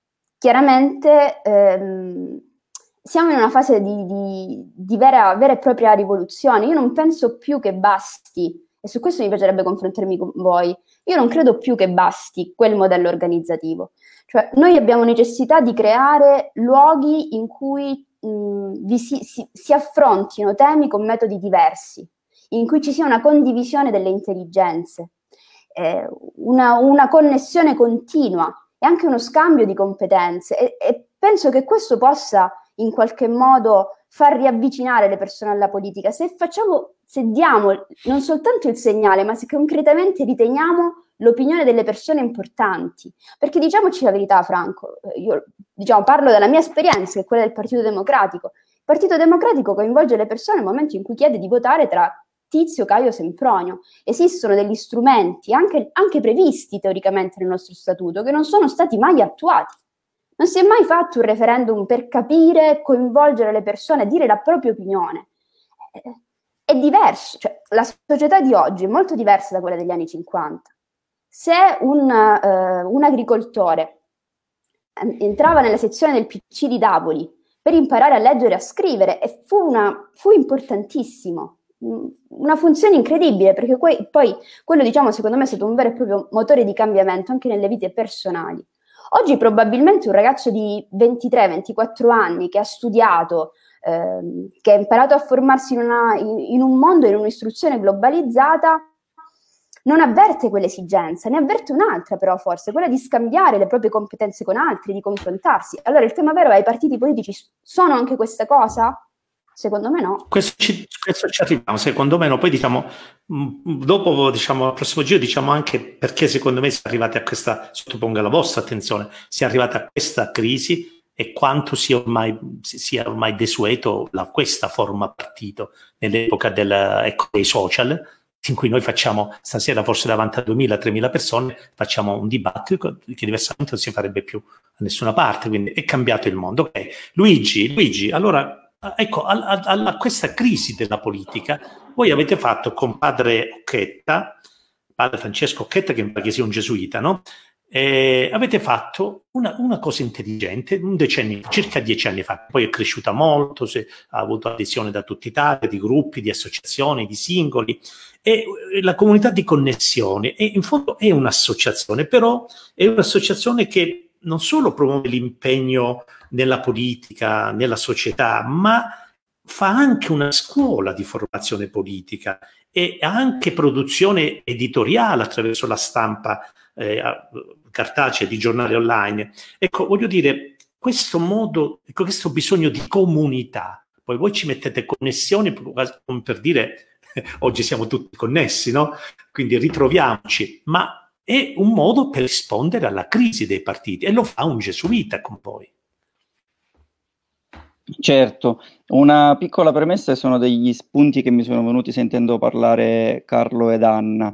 Chiaramente ehm, siamo in una fase di, di, di vera, vera e propria rivoluzione. Io non penso più che basti, e su questo mi piacerebbe confrontarmi con voi, io non credo più che basti quel modello organizzativo. Cioè, noi abbiamo necessità di creare luoghi in cui mh, vi si, si, si affrontino temi con metodi diversi, in cui ci sia una condivisione delle intelligenze, eh, una, una connessione continua e anche uno scambio di competenze. E, e penso che questo possa in qualche modo far riavvicinare le persone alla politica. Se facciamo, se diamo non soltanto il segnale, ma se concretamente riteniamo l'opinione delle persone importanti. Perché diciamoci la verità, Franco, io diciamo, parlo della mia esperienza, che è quella del Partito Democratico. Il Partito Democratico coinvolge le persone nel momento in cui chiede di votare tra Tizio, Caio, Sempronio. Esistono degli strumenti, anche, anche previsti teoricamente nel nostro statuto, che non sono stati mai attuati. Non si è mai fatto un referendum per capire, coinvolgere le persone, dire la propria opinione. È diverso, cioè la società di oggi è molto diversa da quella degli anni cinquanta. Se un, uh, un agricoltore entrava nella sezione del P C di Davoli per imparare a leggere e a scrivere, e fu, una, fu importantissimo, una funzione incredibile, perché que- poi quello, diciamo, secondo me è stato un vero e proprio motore di cambiamento anche nelle vite personali. Oggi probabilmente un ragazzo di ventitré ventiquattro anni che ha studiato, ehm, che ha imparato a formarsi in, una, in, in un mondo, in un'istruzione globalizzata, non avverte quell'esigenza, ne avverte un'altra però forse, quella di scambiare le proprie competenze con altri, di confrontarsi. Allora il tema vero è: i partiti politici sono anche questa cosa? Secondo me no. Questo ci, questo ci arriviamo, secondo me no. Poi diciamo, dopo diciamo al prossimo giro diciamo anche perché secondo me si è arrivati a questa, sottoponga la vostra attenzione, si è arrivati a questa crisi e quanto sia ormai, sia ormai desueto la, questa forma partito nell'epoca del, ecco, dei social, in cui noi facciamo stasera forse davanti a duemila tremila persone, facciamo un dibattito che diversamente non si farebbe più a nessuna parte, quindi è cambiato il mondo. Okay. Luigi, Luigi, allora ecco, a, a, a questa crisi della politica voi avete fatto con padre Occhetta, padre Francesco Occhetta, che mi pare che sia un gesuita, no? Eh, avete fatto una, una cosa intelligente un decennio, circa dieci anni fa, poi è cresciuta molto, se, ha avuto adesione da tutta Italia, di gruppi, di associazioni, di singoli, e la comunità di connessione, e in fondo è un'associazione, però è un'associazione che non solo promuove l'impegno nella politica, nella società, ma fa anche una scuola di formazione politica e anche produzione editoriale attraverso la stampa eh, cartacea, di giornali online. Ecco, voglio dire, questo modo, ecco, questo bisogno di comunità, poi voi ci mettete connessioni come per dire oggi siamo tutti connessi, no? Quindi ritroviamoci, ma è un modo per rispondere alla crisi dei partiti, e lo fa un gesuita con voi. Certo, una piccola premessa, sono degli spunti che mi sono venuti sentendo parlare Carlo ed Anna.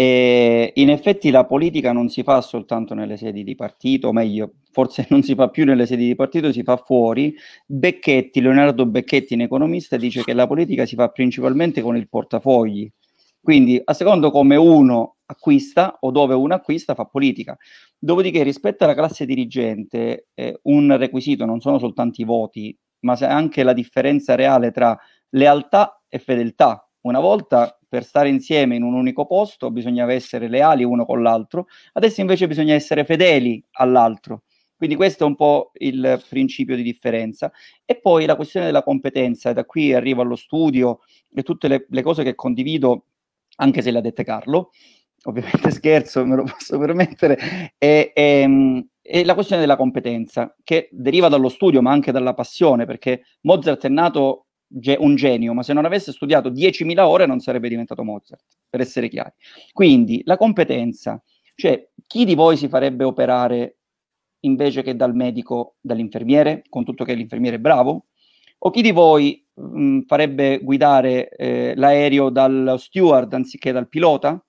E in effetti la politica non si fa soltanto nelle sedi di partito, o meglio, forse non si fa più nelle sedi di partito, si fa fuori. Becchetti, Leonardo Becchetti, un economista, dice che la politica si fa principalmente con il portafogli. Quindi, a secondo come uno acquista o dove uno acquista, fa politica. Dopodiché, rispetto alla classe dirigente, eh, un requisito non sono soltanto i voti, ma anche la differenza reale tra lealtà e fedeltà. Una volta, per stare insieme in un unico posto, bisognava essere leali uno con l'altro, adesso invece bisogna essere fedeli all'altro. Quindi questo è un po' il principio di differenza. E poi la questione della competenza, e da qui arrivo allo studio e tutte le, le cose che condivido, anche se le ha dette Carlo, ovviamente scherzo, me lo posso permettere, è, è, è la questione della competenza, che deriva dallo studio ma anche dalla passione, perché Mozart è nato ge- un genio, ma se non avesse studiato diecimila ore non sarebbe diventato Mozart, per essere chiari. Quindi la competenza, cioè chi di voi si farebbe operare invece che dal medico, dall'infermiere, con tutto che l'infermiere è bravo? O chi di voi mh, farebbe guidare eh, l'aereo dallo steward anziché dal pilota?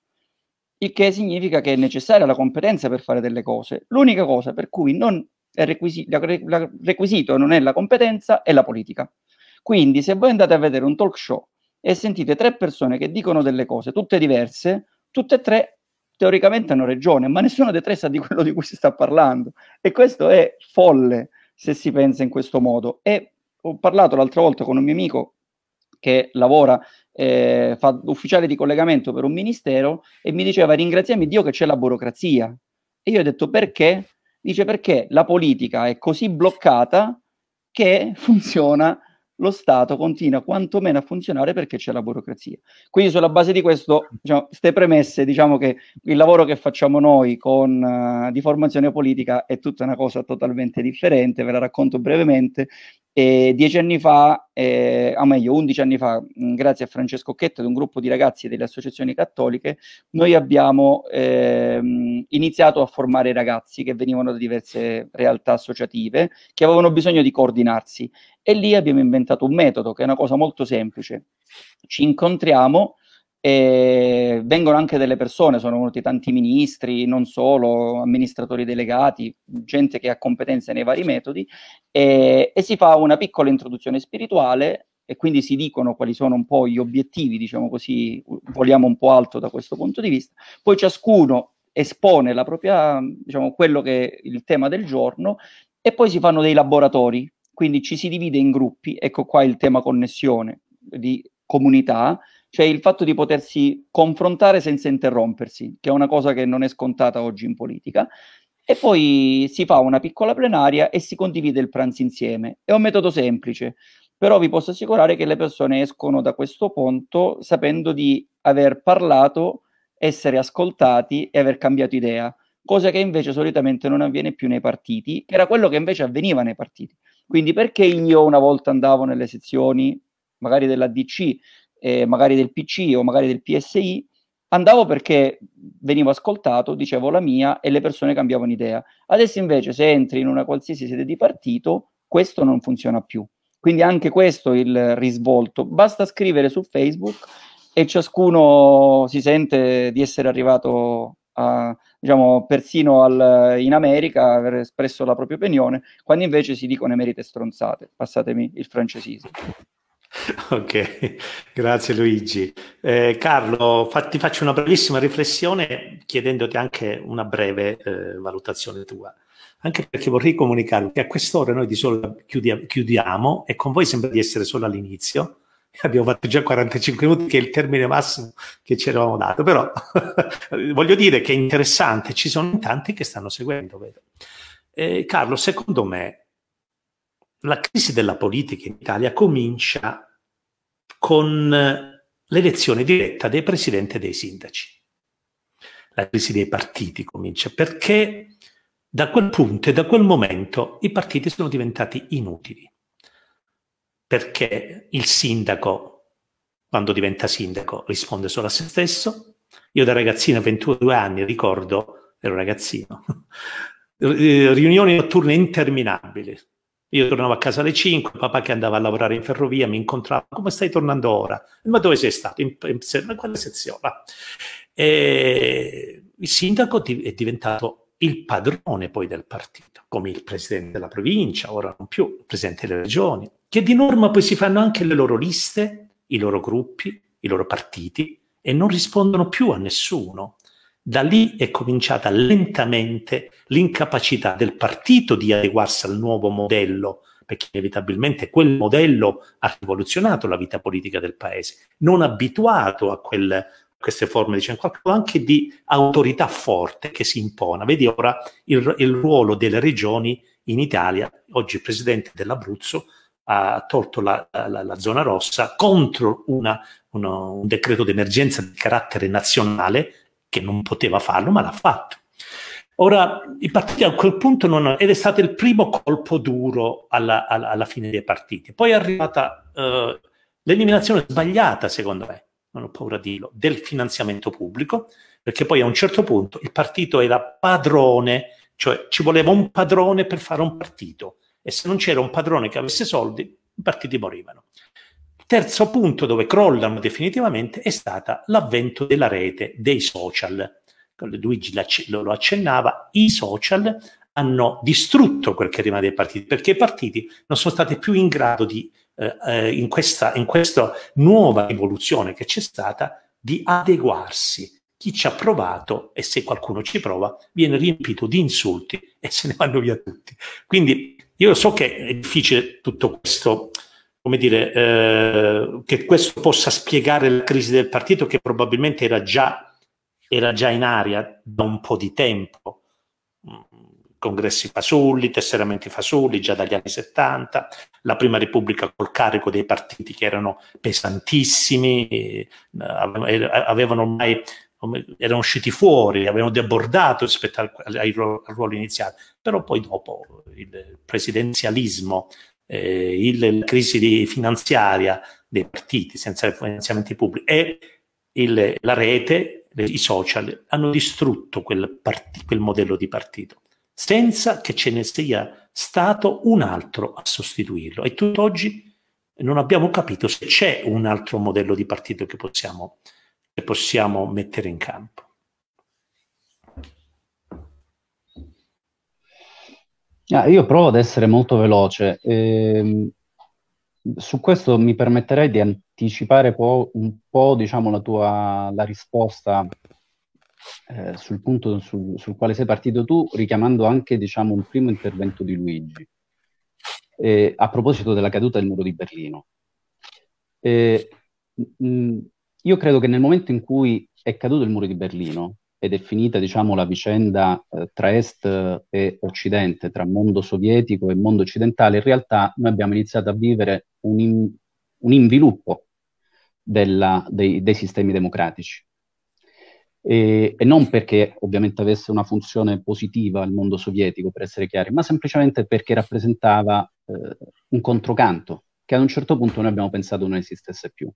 Il che significa che è necessaria la competenza per fare delle cose. L'unica cosa per cui non è requisito, la, requisito non è la competenza, è la politica. Quindi se voi andate a vedere un talk show e sentite tre persone che dicono delle cose tutte diverse, tutte e tre teoricamente hanno ragione, ma nessuno dei tre sa di quello di cui si sta parlando. E questo è folle se si pensa in questo modo. E ho parlato l'altra volta con un mio amico che lavora, eh, fa ufficiale di collegamento per un ministero, e mi diceva: ringraziami Dio che c'è la burocrazia. E io ho detto: perché? Dice: perché la politica è così bloccata che funziona, lo Stato continua quantomeno a funzionare perché c'è la burocrazia. Quindi sulla base di questo, diciamo, ste premesse, diciamo che il lavoro che facciamo noi con uh, di formazione politica è tutta una cosa totalmente differente. Ve la racconto brevemente. E dieci anni fa, eh, o meglio undici anni fa, mh, grazie a Francesco Chetto ed un gruppo di ragazzi delle associazioni cattoliche, noi abbiamo ehm, iniziato a formare i ragazzi che venivano da diverse realtà associative che avevano bisogno di coordinarsi, e lì abbiamo inventato un metodo che è una cosa molto semplice. Ci incontriamo, e vengono anche delle persone, sono venuti tanti ministri, non solo, amministratori delegati, gente che ha competenze nei vari metodi, e, e si fa una piccola introduzione spirituale, e quindi si dicono quali sono un po' gli obiettivi, diciamo così, voliamo un po' alto da questo punto di vista, poi ciascuno espone la propria, diciamo, quello che è il tema del giorno, e poi si fanno dei laboratori, quindi ci si divide in gruppi. Ecco qua il tema connessione di comunità, cioè il fatto di potersi confrontare senza interrompersi, che è una cosa che non è scontata oggi in politica. E poi si fa una piccola plenaria e si condivide il pranzo insieme. È un metodo semplice, però vi posso assicurare che le persone escono da questo punto sapendo di aver parlato, essere ascoltati e aver cambiato idea, cosa che invece solitamente non avviene più nei partiti, che era quello che invece avveniva nei partiti. Quindi perché io una volta andavo nelle sezioni, magari della D C, eh, magari del P C o magari del P S I, andavo perché venivo ascoltato, dicevo la mia e le persone cambiavano idea. Adesso invece se entri in una qualsiasi sede di partito, questo non funziona più. Quindi anche questo è il risvolto. Basta scrivere su Facebook e ciascuno si sente di essere arrivato a, diciamo, persino al, in America, aver espresso la propria opinione, quando invece si dicono emerite stronzate, passatemi il francesismo. Ok, grazie Luigi. Eh, Carlo, fa, ti faccio una brevissima riflessione chiedendoti anche una breve eh, valutazione tua, anche perché vorrei comunicare che a quest'ora noi di solito chiudia, chiudiamo e con voi sembra di essere solo all'inizio. Abbiamo fatto già quarantacinque minuti, che è il termine massimo che ci eravamo dato, però voglio dire che è interessante, ci sono in tanti che stanno seguendo, vedo. Eh, Carlo, secondo me la crisi della politica in Italia comincia con l'elezione diretta dei presidenti e dei sindaci. La crisi dei partiti comincia perché da quel punto e da quel momento i partiti sono diventati inutili. Perché il sindaco, quando diventa sindaco, risponde solo a se stesso, Io da ragazzino, ventidue anni, ricordo, ero ragazzino, riunioni notturne interminabili. Io tornavo a casa alle cinque, papà che andava a lavorare in ferrovia mi incontrava: come stai tornando ora? Ma dove sei stato? In, in, in quella sezione. E il sindaco è diventato il padrone poi del partito, come il presidente della provincia, ora non più il presidente delle regioni, che di norma poi si fanno anche le loro liste, i loro gruppi, i loro partiti, e non rispondono più a nessuno. Da lì è cominciata lentamente l'incapacità del partito di adeguarsi al nuovo modello, perché inevitabilmente quel modello ha rivoluzionato la vita politica del paese, non abituato a quel, queste forme, diciamo, qualcosa anche di autorità forte che si impone. Vedi ora il, il ruolo delle regioni in Italia. Oggi il presidente dell'Abruzzo ha tolto la, la, la zona rossa contro una, uno, un decreto d'emergenza di carattere nazionale, che non poteva farlo, ma l'ha fatto. Ora, i partiti a quel punto non, ed è stato il primo colpo duro alla, alla, alla fine dei partiti. Poi è arrivata uh, l'eliminazione sbagliata, secondo me, non ho paura di dirlo, del finanziamento pubblico, perché poi a un certo punto il partito era padrone, cioè ci voleva un padrone per fare un partito, e se non c'era un padrone che avesse soldi, i partiti morivano. Terzo punto dove crollano definitivamente è stata l'avvento della rete, dei social. Luigi lo accennava, i social hanno distrutto quel che rimane dei partiti, perché i partiti non sono stati più in grado di, eh, in, questa, in questa nuova rivoluzione che c'è stata, di adeguarsi. Chi ci ha provato, e se qualcuno ci prova, viene riempito di insulti e se ne vanno via tutti. Quindi io so che è difficile tutto questo, come dire, eh, che questo possa spiegare la crisi del partito, che probabilmente era già, era già in aria da un po' di tempo. Congressi fasulli, tesseramenti fasulli già dagli anni settanta, la prima Repubblica col carico dei partiti che erano pesantissimi, eh, avevano ormai, erano usciti fuori, avevano debordato rispetto al, al, al ruolo iniziale, però poi dopo il presidenzialismo, Eh, il, la crisi di finanziaria dei partiti senza finanziamenti pubblici e il, la rete, le, i social hanno distrutto quel, part, quel modello di partito, senza che ce ne sia stato un altro a sostituirlo. E tutt'oggi non abbiamo capito se c'è un altro modello di partito che possiamo, che possiamo mettere in campo. Ah, io provo ad essere molto veloce. Ehm, su questo mi permetterei di anticipare po- un po', diciamo, la tua la risposta eh, sul punto sul, sul quale sei partito tu, richiamando anche, diciamo, un primo intervento di Luigi eh, a proposito della caduta del muro di Berlino. Eh, mh, io credo che nel momento in cui è caduto il muro di Berlino ed è finita, diciamo, la vicenda eh, tra Est e Occidente, tra mondo sovietico e mondo occidentale, in realtà noi abbiamo iniziato a vivere un, in, un inviluppo della, dei, dei sistemi democratici. E, e non perché ovviamente avesse una funzione positiva il mondo sovietico, per essere chiari, ma semplicemente perché rappresentava eh, un controcanto, che ad un certo punto noi abbiamo pensato non esistesse più.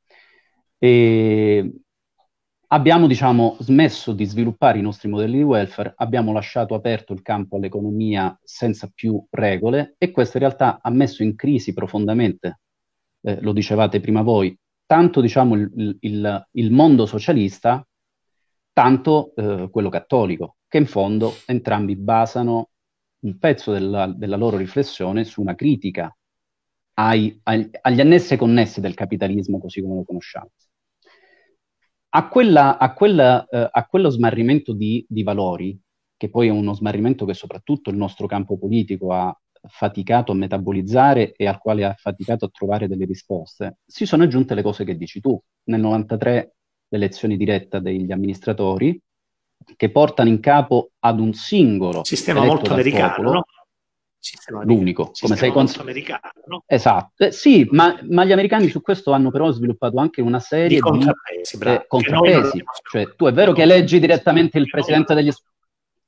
E abbiamo, diciamo, smesso di sviluppare i nostri modelli di welfare, abbiamo lasciato aperto il campo all'economia senza più regole, e questo in realtà ha messo in crisi profondamente, eh, lo dicevate prima voi, tanto, diciamo, il, il, il mondo socialista, tanto eh, quello cattolico, che in fondo entrambi basano un pezzo della, della loro riflessione su una critica ai, ai, agli annessi e connessi del capitalismo così come lo conosciamo. A, quella, a, quella, eh, a quello smarrimento di, di valori, che poi è uno smarrimento che soprattutto il nostro campo politico ha faticato a metabolizzare e al quale ha faticato a trovare delle risposte, si sono aggiunte le cose che dici tu. Nel novantatré l'elezione diretta degli amministratori, che portano in capo ad un singolo sistema molto americano, popolo, no? Sistema l'unico, sistema come sei molto americano, no? Esatto, eh, sì, ma, ma gli americani su questo hanno però sviluppato anche una serie di contrappesi, di, eh, contrappesi. Cioè, tu è vero che eleggi direttamente il presidente degli Stati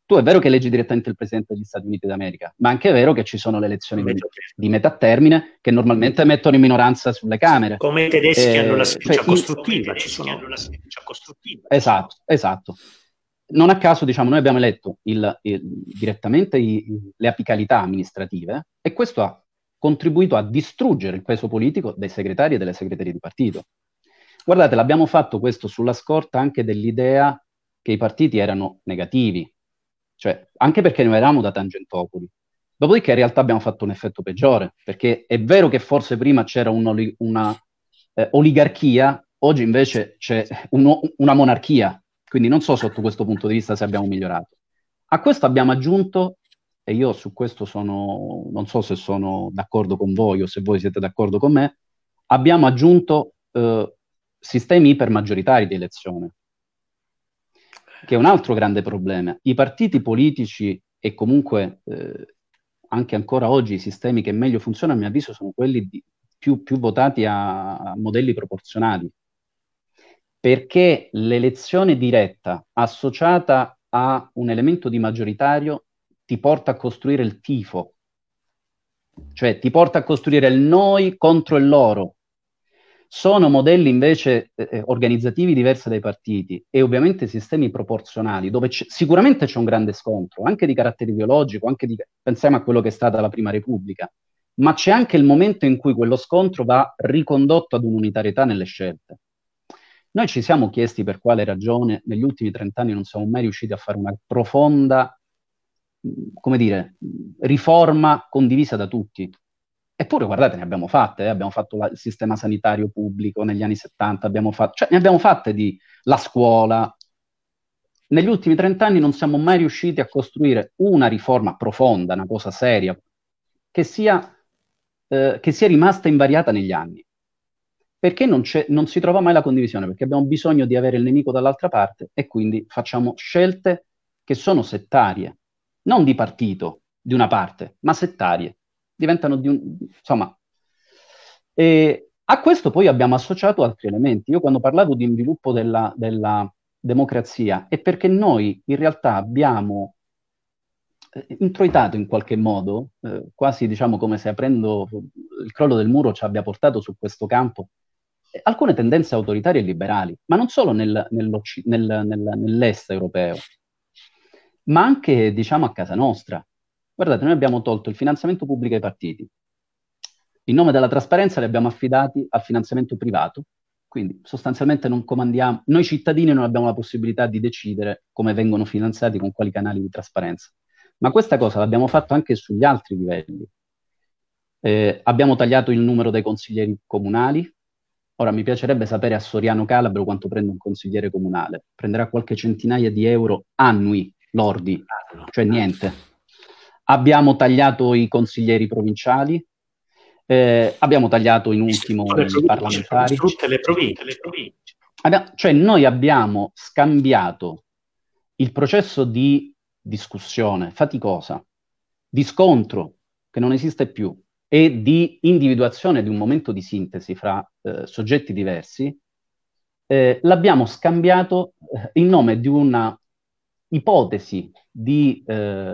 tu è vero che eleggi direttamente il Presidente degli Stati Uniti d'America, ma anche è vero che ci sono le elezioni di, di metà termine che normalmente mettono in minoranza sulle Camere. Come i tedeschi eh, hanno la sfiducia cioè, costruttiva. Ci sono... hanno la sfiducia costruttiva. Esatto, esatto. Non a caso, diciamo, noi abbiamo eletto il, il, direttamente i, le apicalità amministrative e questo ha contribuito a distruggere il peso politico dei segretari e delle segretarie di partito. Guardate, l'abbiamo fatto questo sulla scorta anche dell'idea che i partiti erano negativi, cioè anche perché noi eravamo da Tangentopoli. Dopodiché in realtà abbiamo fatto un effetto peggiore, perché è vero che forse prima c'era un, una eh, oligarchia, oggi invece c'è un, una monarchia, quindi non so sotto questo punto di vista se abbiamo migliorato. A questo abbiamo aggiunto, e io su questo sono, non so se sono d'accordo con voi o se voi siete d'accordo con me, abbiamo aggiunto eh, sistemi ipermaggioritari di elezione, che è un altro grande problema. I partiti politici e comunque eh, anche ancora oggi i sistemi che meglio funzionano, a mio avviso, sono quelli di, più, più votati a, a modelli proporzionali, perché l'elezione diretta associata a un elemento di maggioritario ti porta a costruire il tifo, cioè ti porta a costruire il noi contro il loro. Sono modelli invece eh, organizzativi diversi dai partiti e ovviamente sistemi proporzionali, dove c'è, sicuramente c'è un grande scontro, anche di carattere ideologico, anche di, pensiamo a quello che è stata la Prima Repubblica, ma c'è anche il momento in cui quello scontro va ricondotto ad un'unitarietà nelle scelte. Noi ci siamo chiesti per quale ragione negli ultimi trent'anni non siamo mai riusciti a fare una profonda, come dire, riforma condivisa da tutti. Eppure, guardate, ne abbiamo fatte, eh? Abbiamo fatto la, il sistema sanitario pubblico negli anni settanta, abbiamo fatto, cioè ne abbiamo fatte di la scuola. Negli ultimi trent'anni non siamo mai riusciti a costruire una riforma profonda, una cosa seria, che sia, eh, che sia rimasta invariata negli anni. Perché non, c'è, non si trova mai la condivisione? Perché abbiamo bisogno di avere il nemico dall'altra parte e quindi facciamo scelte che sono settarie, non di partito, di una parte, ma settarie. Diventano di un... insomma... E a questo poi abbiamo associato altri elementi. Io quando parlavo di sviluppo della, della democrazia è perché noi in realtà abbiamo eh, introitato in qualche modo, eh, quasi diciamo come se aprendo il crollo del muro ci abbia portato su questo campo, eh, alcune tendenze autoritarie e liberali, ma non solo nel, nel, nel, nell'est europeo, ma anche diciamo a casa nostra. Guardate, noi abbiamo tolto il finanziamento pubblico ai partiti. In nome della trasparenza li abbiamo affidati al finanziamento privato, quindi sostanzialmente non comandiamo, noi cittadini non abbiamo la possibilità di decidere come vengono finanziati, con quali canali di trasparenza. Ma questa cosa l'abbiamo fatto anche sugli altri livelli. Eh, abbiamo tagliato il numero dei consiglieri comunali. Ora mi piacerebbe sapere a Soriano Calabro quanto prende un consigliere comunale. Prenderà qualche centinaia di euro annui, lordi, cioè niente. Alabbiamo tagliato i consiglieri provinciali, eh, abbiamo tagliato in ultimo i parlamentari. Tutte le province. Le province. Abbiamo, cioè noi abbiamo scambiato il processo di discussione faticosa, di scontro che non esiste più e di individuazione di un momento di sintesi fra eh, soggetti diversi, eh, l'abbiamo scambiato eh, in nome di una ipotesi di eh,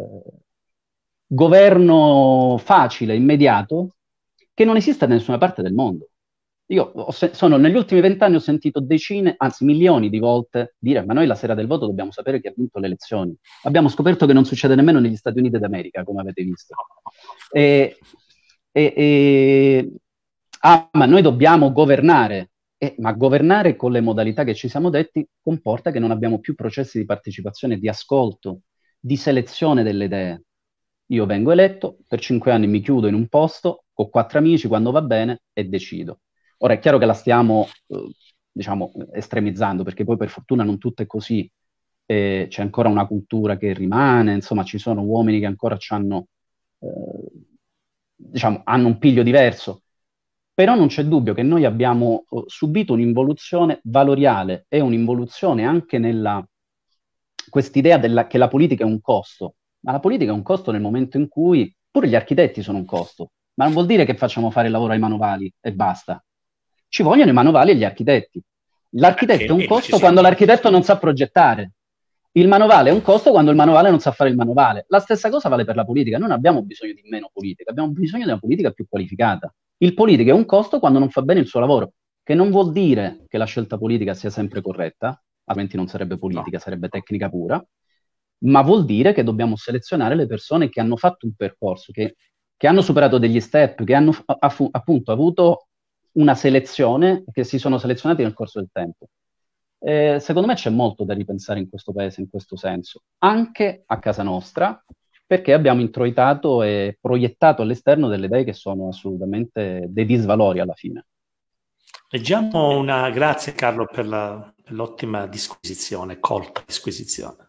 governo facile, immediato, che non esiste da nessuna parte del mondo. Io ho se- sono, negli ultimi vent'anni ho sentito decine, anzi milioni di volte dire ma noi la sera del voto dobbiamo sapere chi ha vinto le elezioni. Abbiamo scoperto che non succede nemmeno negli Stati Uniti d'America, come avete visto. E, e, e, ah, ma noi dobbiamo governare. Eh, ma governare con le modalità che ci siamo detti comporta che non abbiamo più processi di partecipazione, di ascolto, di selezione delle idee. Io vengo eletto, per cinque anni mi chiudo in un posto, con quattro amici, quando va bene, e decido. Ora è chiaro che la stiamo, eh, diciamo, estremizzando, perché poi per fortuna non tutto è così. Eh, c'è ancora una cultura che rimane, insomma ci sono uomini che ancora c'hanno, eh, diciamo, hanno un piglio diverso. Però non c'è dubbio che noi abbiamo uh, subito un'involuzione valoriale e un'involuzione anche nella quest'idea della, che la politica è un costo. Ma la politica è un costo nel momento in cui pure gli architetti sono un costo. Ma non vuol dire che facciamo fare il lavoro ai manovali e basta. Ci vogliono i manovali e gli architetti. L'architetto è un costo quando l'architetto non sa progettare. Il manovale è un costo quando il manovale non sa fare il manovale. La stessa cosa vale per la politica. Noi non abbiamo bisogno di meno politica, abbiamo bisogno di una politica più qualificata. Il politico è un costo quando non fa bene il suo lavoro, che non vuol dire che la scelta politica sia sempre corretta, altrimenti non sarebbe politica, no. Sarebbe tecnica pura, ma vuol dire che dobbiamo selezionare le persone che hanno fatto un percorso, che, che hanno superato degli step, che hanno affu- appunto avuto una selezione, che si sono selezionati nel corso del tempo. Eh, secondo me c'è molto da ripensare in questo paese, in questo senso, anche a casa nostra, perché abbiamo introitato e proiettato all'esterno delle idee che sono assolutamente dei disvalori alla fine. Leggiamo una... Grazie Carlo per, la, per l'ottima disquisizione, colta disquisizione.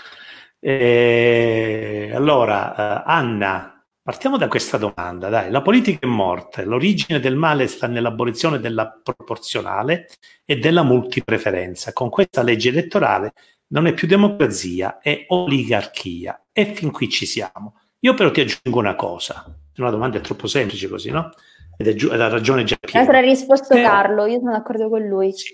E allora, uh, Anna, partiamo da questa domanda, dai. La politica è morta, l'origine del male sta nell'abolizione della proporzionale e della multipreferenza. Con questa legge elettorale non è più democrazia, è oligarchia. E fin qui ci siamo. Io però ti aggiungo una cosa. Una domanda è troppo semplice così, no? Ed è giu- ha ragione già Piero. L'altro ha risposto però, Carlo, io sono d'accordo con lui. Sì.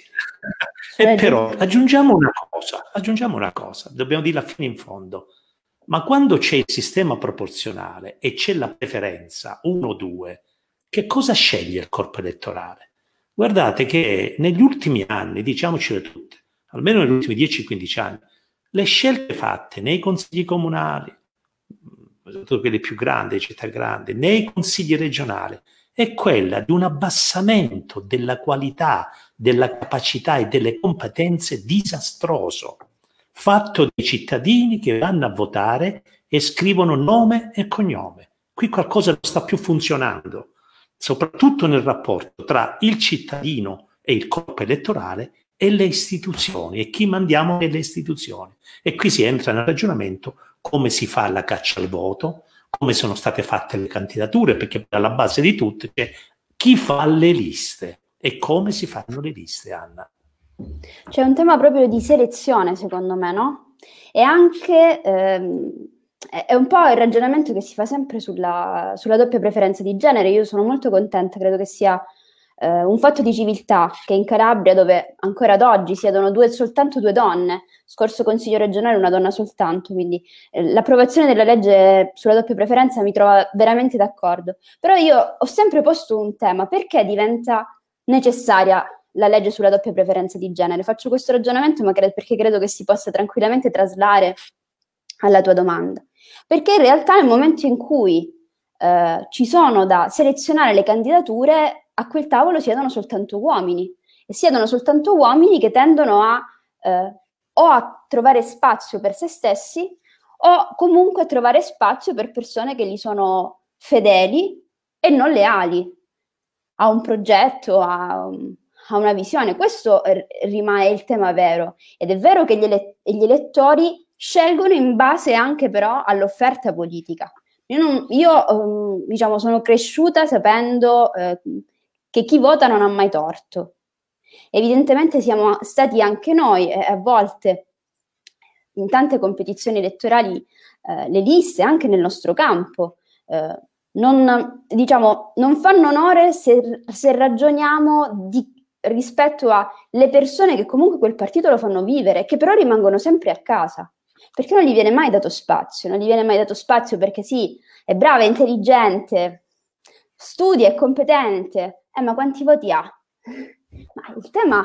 E però aggiungiamo una cosa, aggiungiamo una cosa, dobbiamo dirla fino in fondo. Ma quando c'è il sistema proporzionale e c'è la preferenza uno due, che cosa sceglie il corpo elettorale? Guardate che negli ultimi anni, diciamocele tutte, almeno negli ultimi dieci quindici anni, le scelte fatte nei consigli comunali, soprattutto quelli più grandi, città grandi, nei consigli regionali, è quella di un abbassamento della qualità, della capacità e delle competenze disastroso, fatto dai cittadini che vanno a votare e scrivono nome e cognome. Qui qualcosa non sta più funzionando, soprattutto nel rapporto tra il cittadino e il corpo elettorale e le istituzioni, e chi mandiamo nelle istituzioni. E qui si entra nel ragionamento come si fa la caccia al voto, come sono state fatte le candidature, perché alla base di tutto c'è chi fa le liste e come si fanno le liste, Anna. C'è un tema proprio di selezione, secondo me, no? E anche ehm, è un po' il ragionamento che si fa sempre sulla, sulla doppia preferenza di genere. Io sono molto contenta, credo che sia eh, un fatto di civiltà che in Calabria, dove ancora ad oggi siedono due, soltanto due donne, scorso consiglio regionale una donna soltanto, quindi eh, l'approvazione della legge sulla doppia preferenza mi trova veramente d'accordo. Però io ho sempre posto un tema: perché diventa necessaria la legge sulla doppia preferenza di genere? Faccio questo ragionamento ma cre- perché credo che si possa tranquillamente traslare alla tua domanda. Perché in realtà nel momento in cui eh, ci sono da selezionare le candidature, a quel tavolo siedono soltanto uomini, e siedono soltanto uomini che tendono a eh, o a trovare spazio per se stessi o comunque a trovare spazio per persone che gli sono fedeli e non leali a un progetto, a, a una visione. Questo r- rimane il tema vero, ed è vero che gli, ele- gli elettori scelgono in base anche però all'offerta politica. Io, non, io um, diciamo, sono cresciuta sapendo eh, che chi vota non ha mai torto. Evidentemente siamo stati anche noi eh, a volte in tante competizioni elettorali eh, le liste anche nel nostro campo eh, non, diciamo, non fanno onore se, se ragioniamo di, rispetto alle persone che comunque quel partito lo fanno vivere, che però rimangono sempre a casa, perché non gli viene mai dato spazio, non gli viene mai dato spazio perché sì, è brava, è intelligente, studia, è competente, eh, ma quanti voti ha? Ma il tema,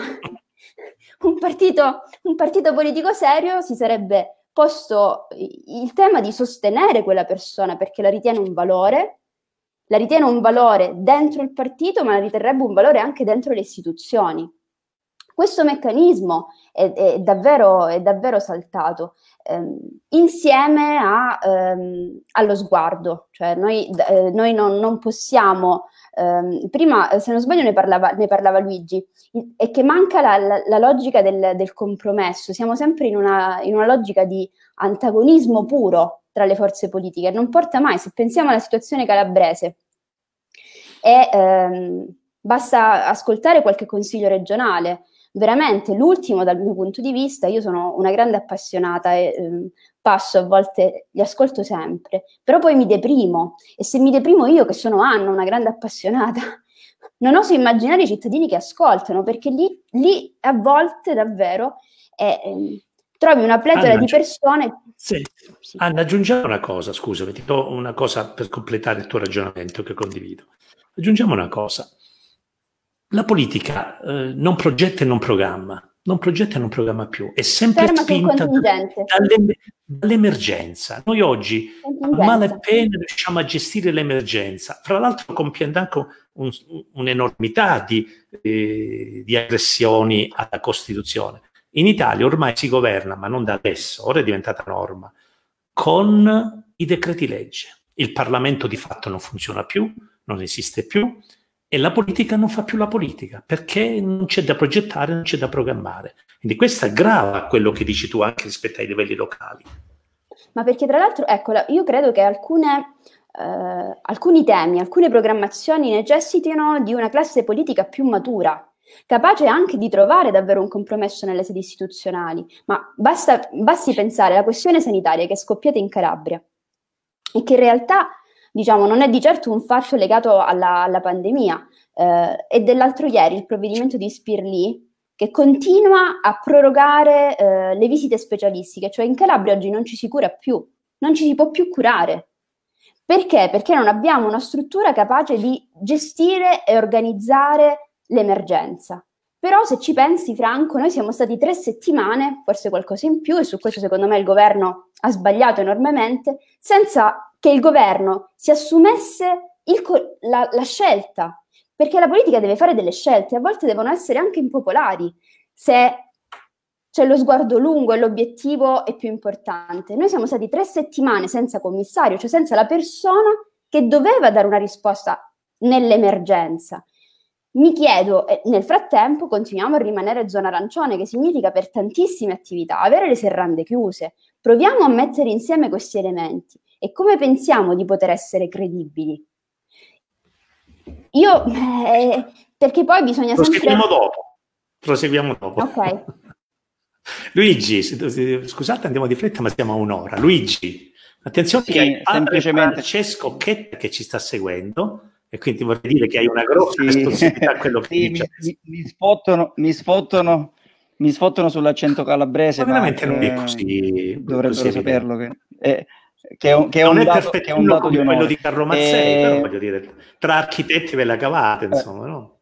un partito, un partito politico serio si sarebbe posto il tema di sostenere quella persona perché la ritiene un valore, la ritiene un valore dentro il partito, ma la riterrebbe un valore anche dentro le istituzioni. Questo meccanismo è, è, davvero, è davvero saltato, ehm, insieme a, ehm, allo sguardo. Cioè noi, eh, noi non, non possiamo, ehm, prima se non sbaglio ne parlava, ne parlava Luigi, è che manca la, la, la logica del, del compromesso, siamo sempre in una, in una logica di antagonismo puro tra le forze politiche, non porta mai. Se pensiamo alla situazione calabrese, e ehm, basta ascoltare qualche consiglio regionale, veramente l'ultimo dal mio punto di vista. Io sono una grande appassionata e ehm, passo a volte, li ascolto sempre, però poi mi deprimo, e se mi deprimo io che sono Anna, una grande appassionata, non oso immaginare i cittadini che ascoltano, perché lì, lì a volte davvero è, ehm, trovi una pletora Anna, di persone... Sì. Sì. Anna, aggiungiamo una cosa, scusami, ti do una cosa per completare il tuo ragionamento che condivido. Aggiungiamo una cosa. La politica eh, non progetta e non programma, non progetta e non programma più, è sempre Ferma sul spinta contingente. dalle, dall'emergenza. Noi oggi a malapena riusciamo a gestire l'emergenza, fra l'altro compiendo anche un, un'enormità di, eh, di aggressioni alla Costituzione. In Italia ormai si governa, ma non da adesso, ora è diventata norma, con i decreti legge. Il Parlamento di fatto non funziona più, non esiste più, e la politica non fa più la politica, perché non c'è da progettare, non c'è da programmare. Quindi questo aggrava quello che dici tu anche rispetto ai livelli locali. Ma perché tra l'altro, ecco, io credo che alcune, eh, alcuni temi, alcune programmazioni necessitino di una classe politica più matura, capace anche di trovare davvero un compromesso nelle sedi istituzionali. Ma basta, basti pensare alla questione sanitaria che è scoppiata in Calabria e che in realtà, diciamo, non è di certo un fatto legato alla, alla pandemia. Eh, e dell'altro ieri il provvedimento di Spirlì che continua a prorogare eh, le visite specialistiche, cioè in Calabria oggi non ci si cura più, non ci si può più curare. Perché? Perché non abbiamo una struttura capace di gestire e organizzare l'emergenza. Però se ci pensi, Franco, noi siamo stati tre settimane, forse qualcosa in più, e su questo secondo me il governo ha sbagliato enormemente, senza che il governo si assumesse il co- la, la scelta. Perché la politica deve fare delle scelte, a volte devono essere anche impopolari, se c'è lo sguardo lungo e l'obiettivo è più importante. Noi siamo stati tre settimane senza commissario, cioè senza la persona che doveva dare una risposta nell'emergenza. Mi chiedo, e nel frattempo continuiamo a rimanere zona arancione, che significa per tantissime attività, avere le serrande chiuse. Proviamo a mettere insieme questi elementi e come pensiamo di poter essere credibili? Io, eh, perché poi bisogna Proseguiamo sempre... dopo. Proseguiamo dopo. Ok. Luigi, scusate, andiamo di fretta, ma siamo a un'ora. Luigi, attenzione sì, che hai padre semplicemente... Francesco Chetta che ci sta seguendo, e quindi vorrei dire che hai una grossa sì. responsabilità a quello che sì, dice. Mi, mi, sfottano, mi, sfottano, mi sfottano sull'accento calabrese, ma, ma veramente ma non è così. Dovrebbero così saperlo. Che, è, che, è un, che, è non un è dato, che è un dato di onore. Quello di Carlo Mazzei, e... però voglio dire, tra architetti ve la cavate, insomma, eh. no?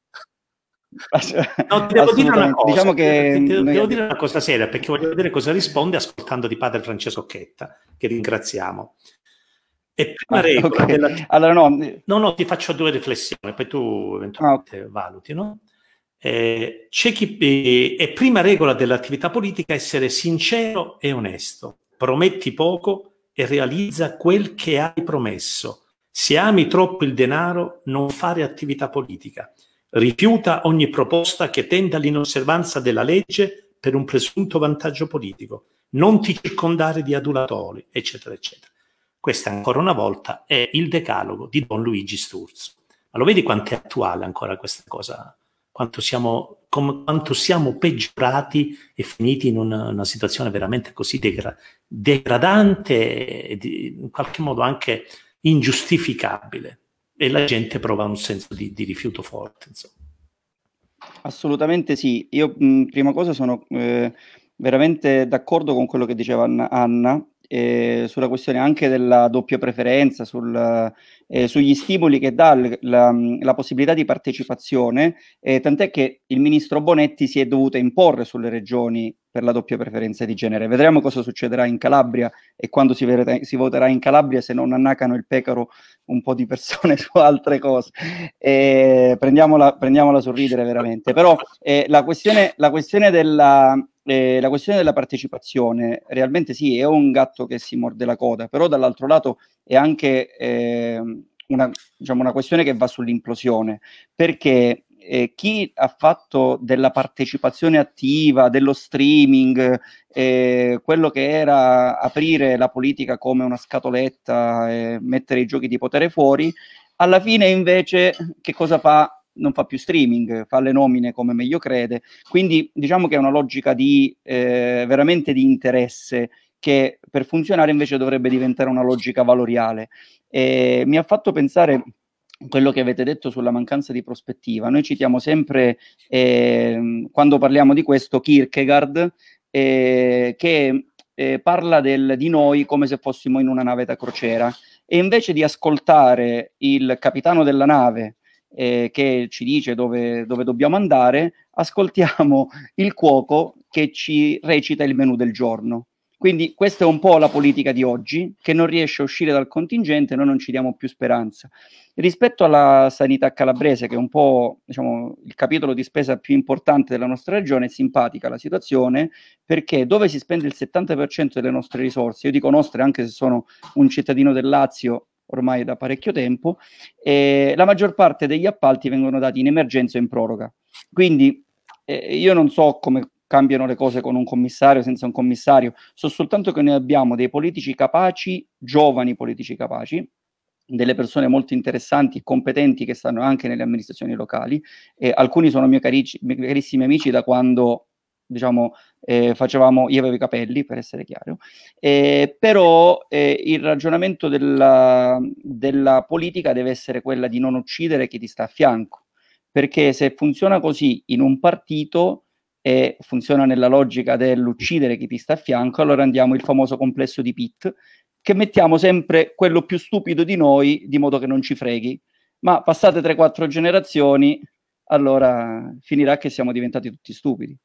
No, ti devo dire una cosa, diciamo che ti, ti, devo abbiamo... dire una cosa seria, perché voglio vedere cosa risponde ascoltando di padre Francesco Chetta, che ringraziamo. E prima ah, regola okay. della... allora, no. no, no, ti faccio due riflessioni, poi tu eventualmente ah. valuti, no? Eh, c'è chi eh, è prima regola dell'attività politica essere sincero e onesto. Prometti poco e realizza quel che hai promesso. Se ami troppo il denaro, non fare attività politica. Rifiuta ogni proposta che tenda all'inosservanza della legge per un presunto vantaggio politico. Non ti circondare di adulatori, eccetera, eccetera. Questa ancora una volta è il decalogo di Don Luigi Sturzo. Ma lo vedi quanto è attuale ancora questa cosa? Quanto siamo, com, quanto siamo peggiorati e finiti in una, una situazione veramente così degra- degradante e di, in qualche modo anche ingiustificabile. E la gente prova un senso di, di rifiuto forte, insomma. Assolutamente sì. Io mh, prima cosa sono eh, veramente d'accordo con quello che diceva Anna, Anna eh, sulla questione anche della doppia preferenza, sul, eh, sugli stimoli che dà l- la, la possibilità di partecipazione, eh, tant'è che il ministro Bonetti si è dovuto imporre sulle regioni per la doppia preferenza di genere. Vedremo cosa succederà in Calabria e quando si, verrà, si voterà in Calabria, se non annacano il pecoro un po' di persone su altre cose. Eh, prendiamola, prendiamola sul ridere veramente. Però eh, la, questione, la, questione della, eh, la questione della partecipazione realmente sì, è un gatto che si morde la coda, però dall'altro lato è anche eh, una, diciamo, una questione che va sull'implosione, perché Eh, chi ha fatto della partecipazione attiva, dello streaming, eh, quello che era aprire la politica come una scatoletta e mettere i giochi di potere fuori, alla fine invece che cosa fa? Non fa più streaming, fa le nomine come meglio crede, quindi diciamo che è una logica di eh, veramente di interesse che per funzionare invece dovrebbe diventare una logica valoriale. E mi ha fatto pensare quello che avete detto sulla mancanza di prospettiva. Noi citiamo sempre, eh, quando parliamo di questo, Kierkegaard, eh, che eh, parla del, di noi come se fossimo in una nave da crociera, e invece di ascoltare il capitano della nave eh, che ci dice dove, dove dobbiamo andare, ascoltiamo il cuoco che ci recita il menù del giorno. Quindi questa è un po' la politica di oggi, che non riesce a uscire dal contingente, noi non ci diamo più speranza. Rispetto alla sanità calabrese, che è un po', diciamo, il capitolo di spesa più importante della nostra regione, è simpatica la situazione, perché dove si spende il settanta per cento delle nostre risorse, io dico nostre anche se sono un cittadino del Lazio ormai da parecchio tempo, eh, la maggior parte degli appalti vengono dati in emergenza o in proroga. Quindi eh, io non so come cambiano le cose con un commissario, senza un commissario, so soltanto che noi abbiamo dei politici capaci, giovani politici capaci, delle persone molto interessanti e competenti che stanno anche nelle amministrazioni locali, e alcuni sono miei, carici, miei carissimi amici da quando, diciamo, eh, facevamo, io avevo i capelli, per essere chiaro, eh, però eh, il ragionamento della, della politica deve essere quella di non uccidere chi ti sta a fianco, perché se funziona così in un partito e funziona nella logica dell'uccidere chi ti sta a fianco, allora andiamo il famoso complesso di Pitt, che mettiamo sempre quello più stupido di noi, di modo che non ci freghi, ma passate tre quattro generazioni, allora finirà che siamo diventati tutti stupidi.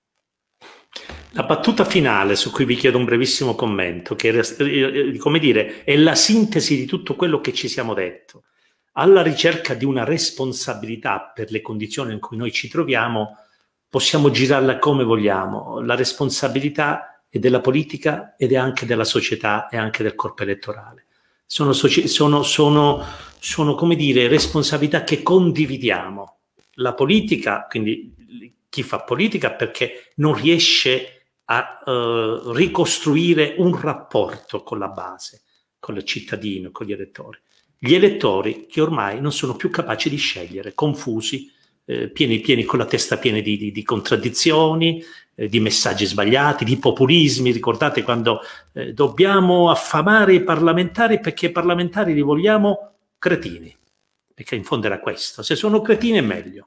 La battuta finale, su cui vi chiedo un brevissimo commento, che è, come dire, è la sintesi di tutto quello che ci siamo detto. Alla ricerca di una responsabilità per le condizioni in cui noi ci troviamo, possiamo girarla come vogliamo. La responsabilità è della politica ed è anche della società e anche del corpo elettorale. Sono, sono, sono, sono come dire, responsabilità che condividiamo. La politica, quindi chi fa politica, perché non riesce a uh, ricostruire un rapporto con la base, con il cittadino, con gli elettori. Gli elettori che ormai non sono più capaci di scegliere, confusi, eh, pieni, pieni con la testa piena di, di, di contraddizioni, eh, di messaggi sbagliati, di populismi. Ricordate quando eh, dobbiamo affamare i parlamentari perché i parlamentari li vogliamo cretini, perché in fondo era questo. Se sono cretini è meglio.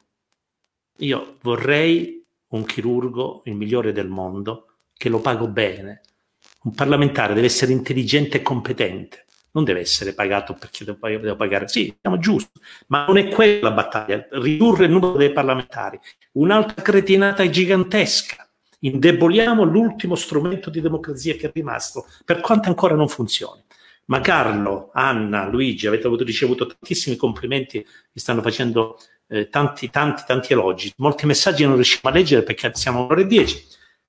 Io vorrei un chirurgo, il migliore del mondo, che lo pago bene. Un parlamentare deve essere intelligente e competente, non deve essere pagato perché devo, devo pagare. Sì, siamo giusti, ma non è quella la battaglia. Ridurre il numero dei parlamentari, un'altra cretinata gigantesca. Indeboliamo l'ultimo strumento di democrazia che è rimasto, per quanto ancora non funzioni. Ma Carlo, Anna, Luigi, avete avuto, ricevuto tantissimi complimenti, vi stanno facendo eh, tanti, tanti, tanti elogi. Molti messaggi non riusciamo a leggere perché siamo alle ore dieci.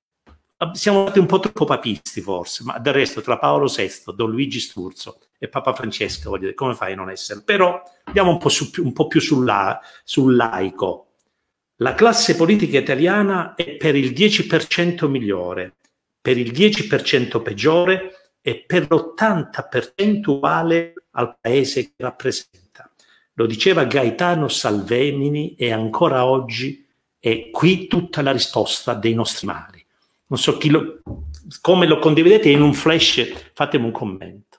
Siamo stati un po' troppo papisti forse, ma del resto tra Paolo sesto, Don Luigi Sturzo e Papa Francesco, voglio dire, come fai a non essere? Però andiamo un po', su, un po' più sulla, sul laico. La classe politica italiana è per il dieci per cento migliore, per il dieci per cento peggiore e per l'ottanta per cento uguale al paese che rappresenta. Lo diceva Gaetano Salvemini e ancora oggi è qui tutta la risposta dei nostri mali. Non so chi lo, come lo condividete, in un flash fatemi un commento.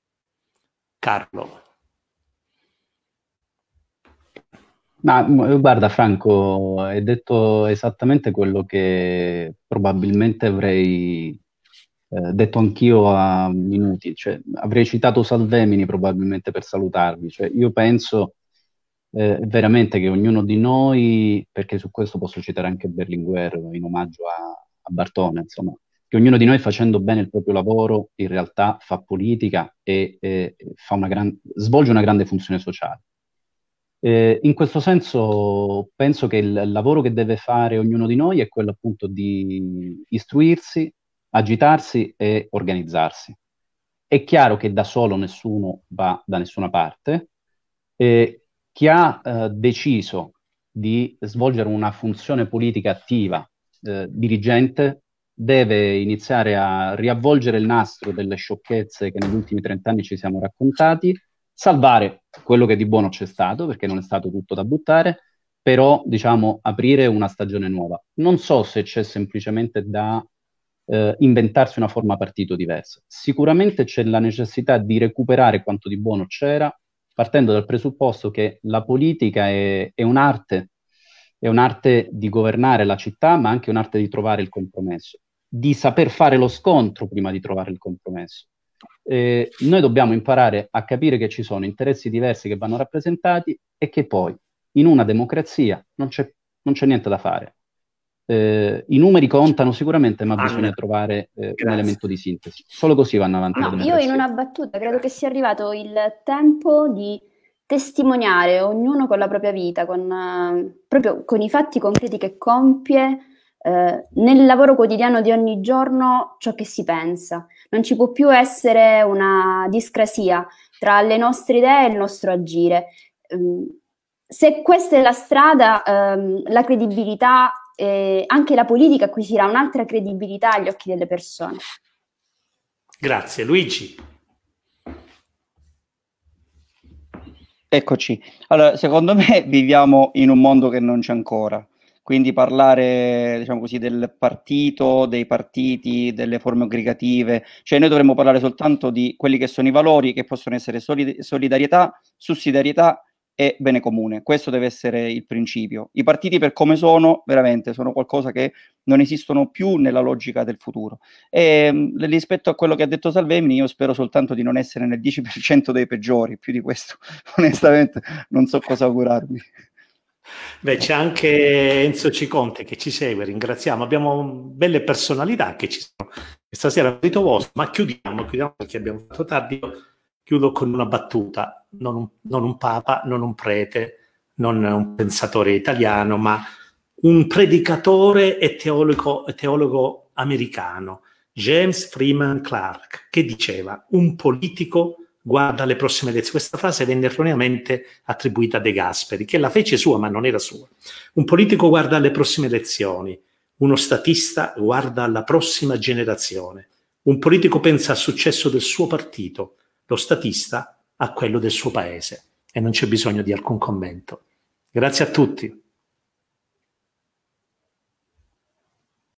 Carlo. Ma guarda Franco, hai detto esattamente quello che probabilmente avrei eh, detto anch'io a minuti, cioè avrei citato Salvemini probabilmente per salutarvi, cioè io penso eh, veramente che ognuno di noi, perché su questo posso citare anche Berlinguer in omaggio a, a Bartone, insomma, che ognuno di noi facendo bene il proprio lavoro in realtà fa politica e, e fa una gran, svolge una grande funzione sociale. Eh, in questo senso penso che il lavoro che deve fare ognuno di noi è quello appunto di istruirsi, agitarsi e organizzarsi. È chiaro che da solo nessuno va da nessuna parte. Eh, chi ha eh, deciso di svolgere una funzione politica attiva, eh, dirigente, deve iniziare a riavvolgere il nastro delle sciocchezze che negli ultimi trent'anni ci siamo raccontati, salvare quello che di buono c'è stato, perché non è stato tutto da buttare, però, diciamo, aprire una stagione nuova. Non so se c'è semplicemente da eh, inventarsi una forma partito diversa. Sicuramente c'è la necessità di recuperare quanto di buono c'era, partendo dal presupposto che la politica è, è un'arte, è un'arte di governare la città, ma anche un'arte di trovare il compromesso. di saper fare lo scontro prima di trovare il compromesso. Eh, noi dobbiamo imparare a capire che ci sono interessi diversi che vanno rappresentati e che poi in una democrazia non c'è, non c'è niente da fare. Eh, I numeri contano sicuramente, ma Anna, bisogna trovare eh, un elemento di sintesi. Solo così vanno avanti No, le democrazie. io in una battuta credo che sia arrivato il tempo di testimoniare ognuno con la propria vita, con, eh, proprio con i fatti concreti che compie eh, nel lavoro quotidiano di ogni giorno ciò che si pensa. Non ci può più essere una discrasia tra le nostre idee e il nostro agire. Um, se questa è la strada, um, la credibilità, eh, anche la politica acquisirà un'altra credibilità agli occhi delle persone. Grazie. Luigi. Eccoci. Allora, secondo me viviamo in un mondo che non c'è ancora. Quindi parlare, diciamo così, del partito, dei partiti, delle forme aggregative, cioè noi dovremmo parlare soltanto di quelli che sono i valori che possono essere solid- solidarietà, sussidiarietà e bene comune. Questo deve essere il principio. I partiti, per come sono, veramente sono qualcosa che non esistono più nella logica del futuro. E mh, rispetto a quello che ha detto Salvemini, io spero soltanto di non essere nel dieci per cento dei peggiori, più di questo onestamente non so cosa augurarmi. Beh, c'è anche Enzo Ciconte che ci segue, ringraziamo. Abbiamo belle personalità che ci sono. Stasera è dito vostro, ma chiudiamo, chiudiamo perché abbiamo fatto tardi. Io chiudo con una battuta, non un, non un papa, non un prete, non un pensatore italiano, ma un predicatore e teologo, teologo americano, James Freeman Clark, che diceva: un politico guarda alle prossime elezioni. Questa frase venne erroneamente attribuita a De Gasperi, che la fece sua, ma non era sua. Un politico guarda alle prossime elezioni, uno statista guarda alla prossima generazione. Un politico pensa al successo del suo partito, lo statista a quello del suo paese. E non c'è bisogno di alcun commento. Grazie a tutti.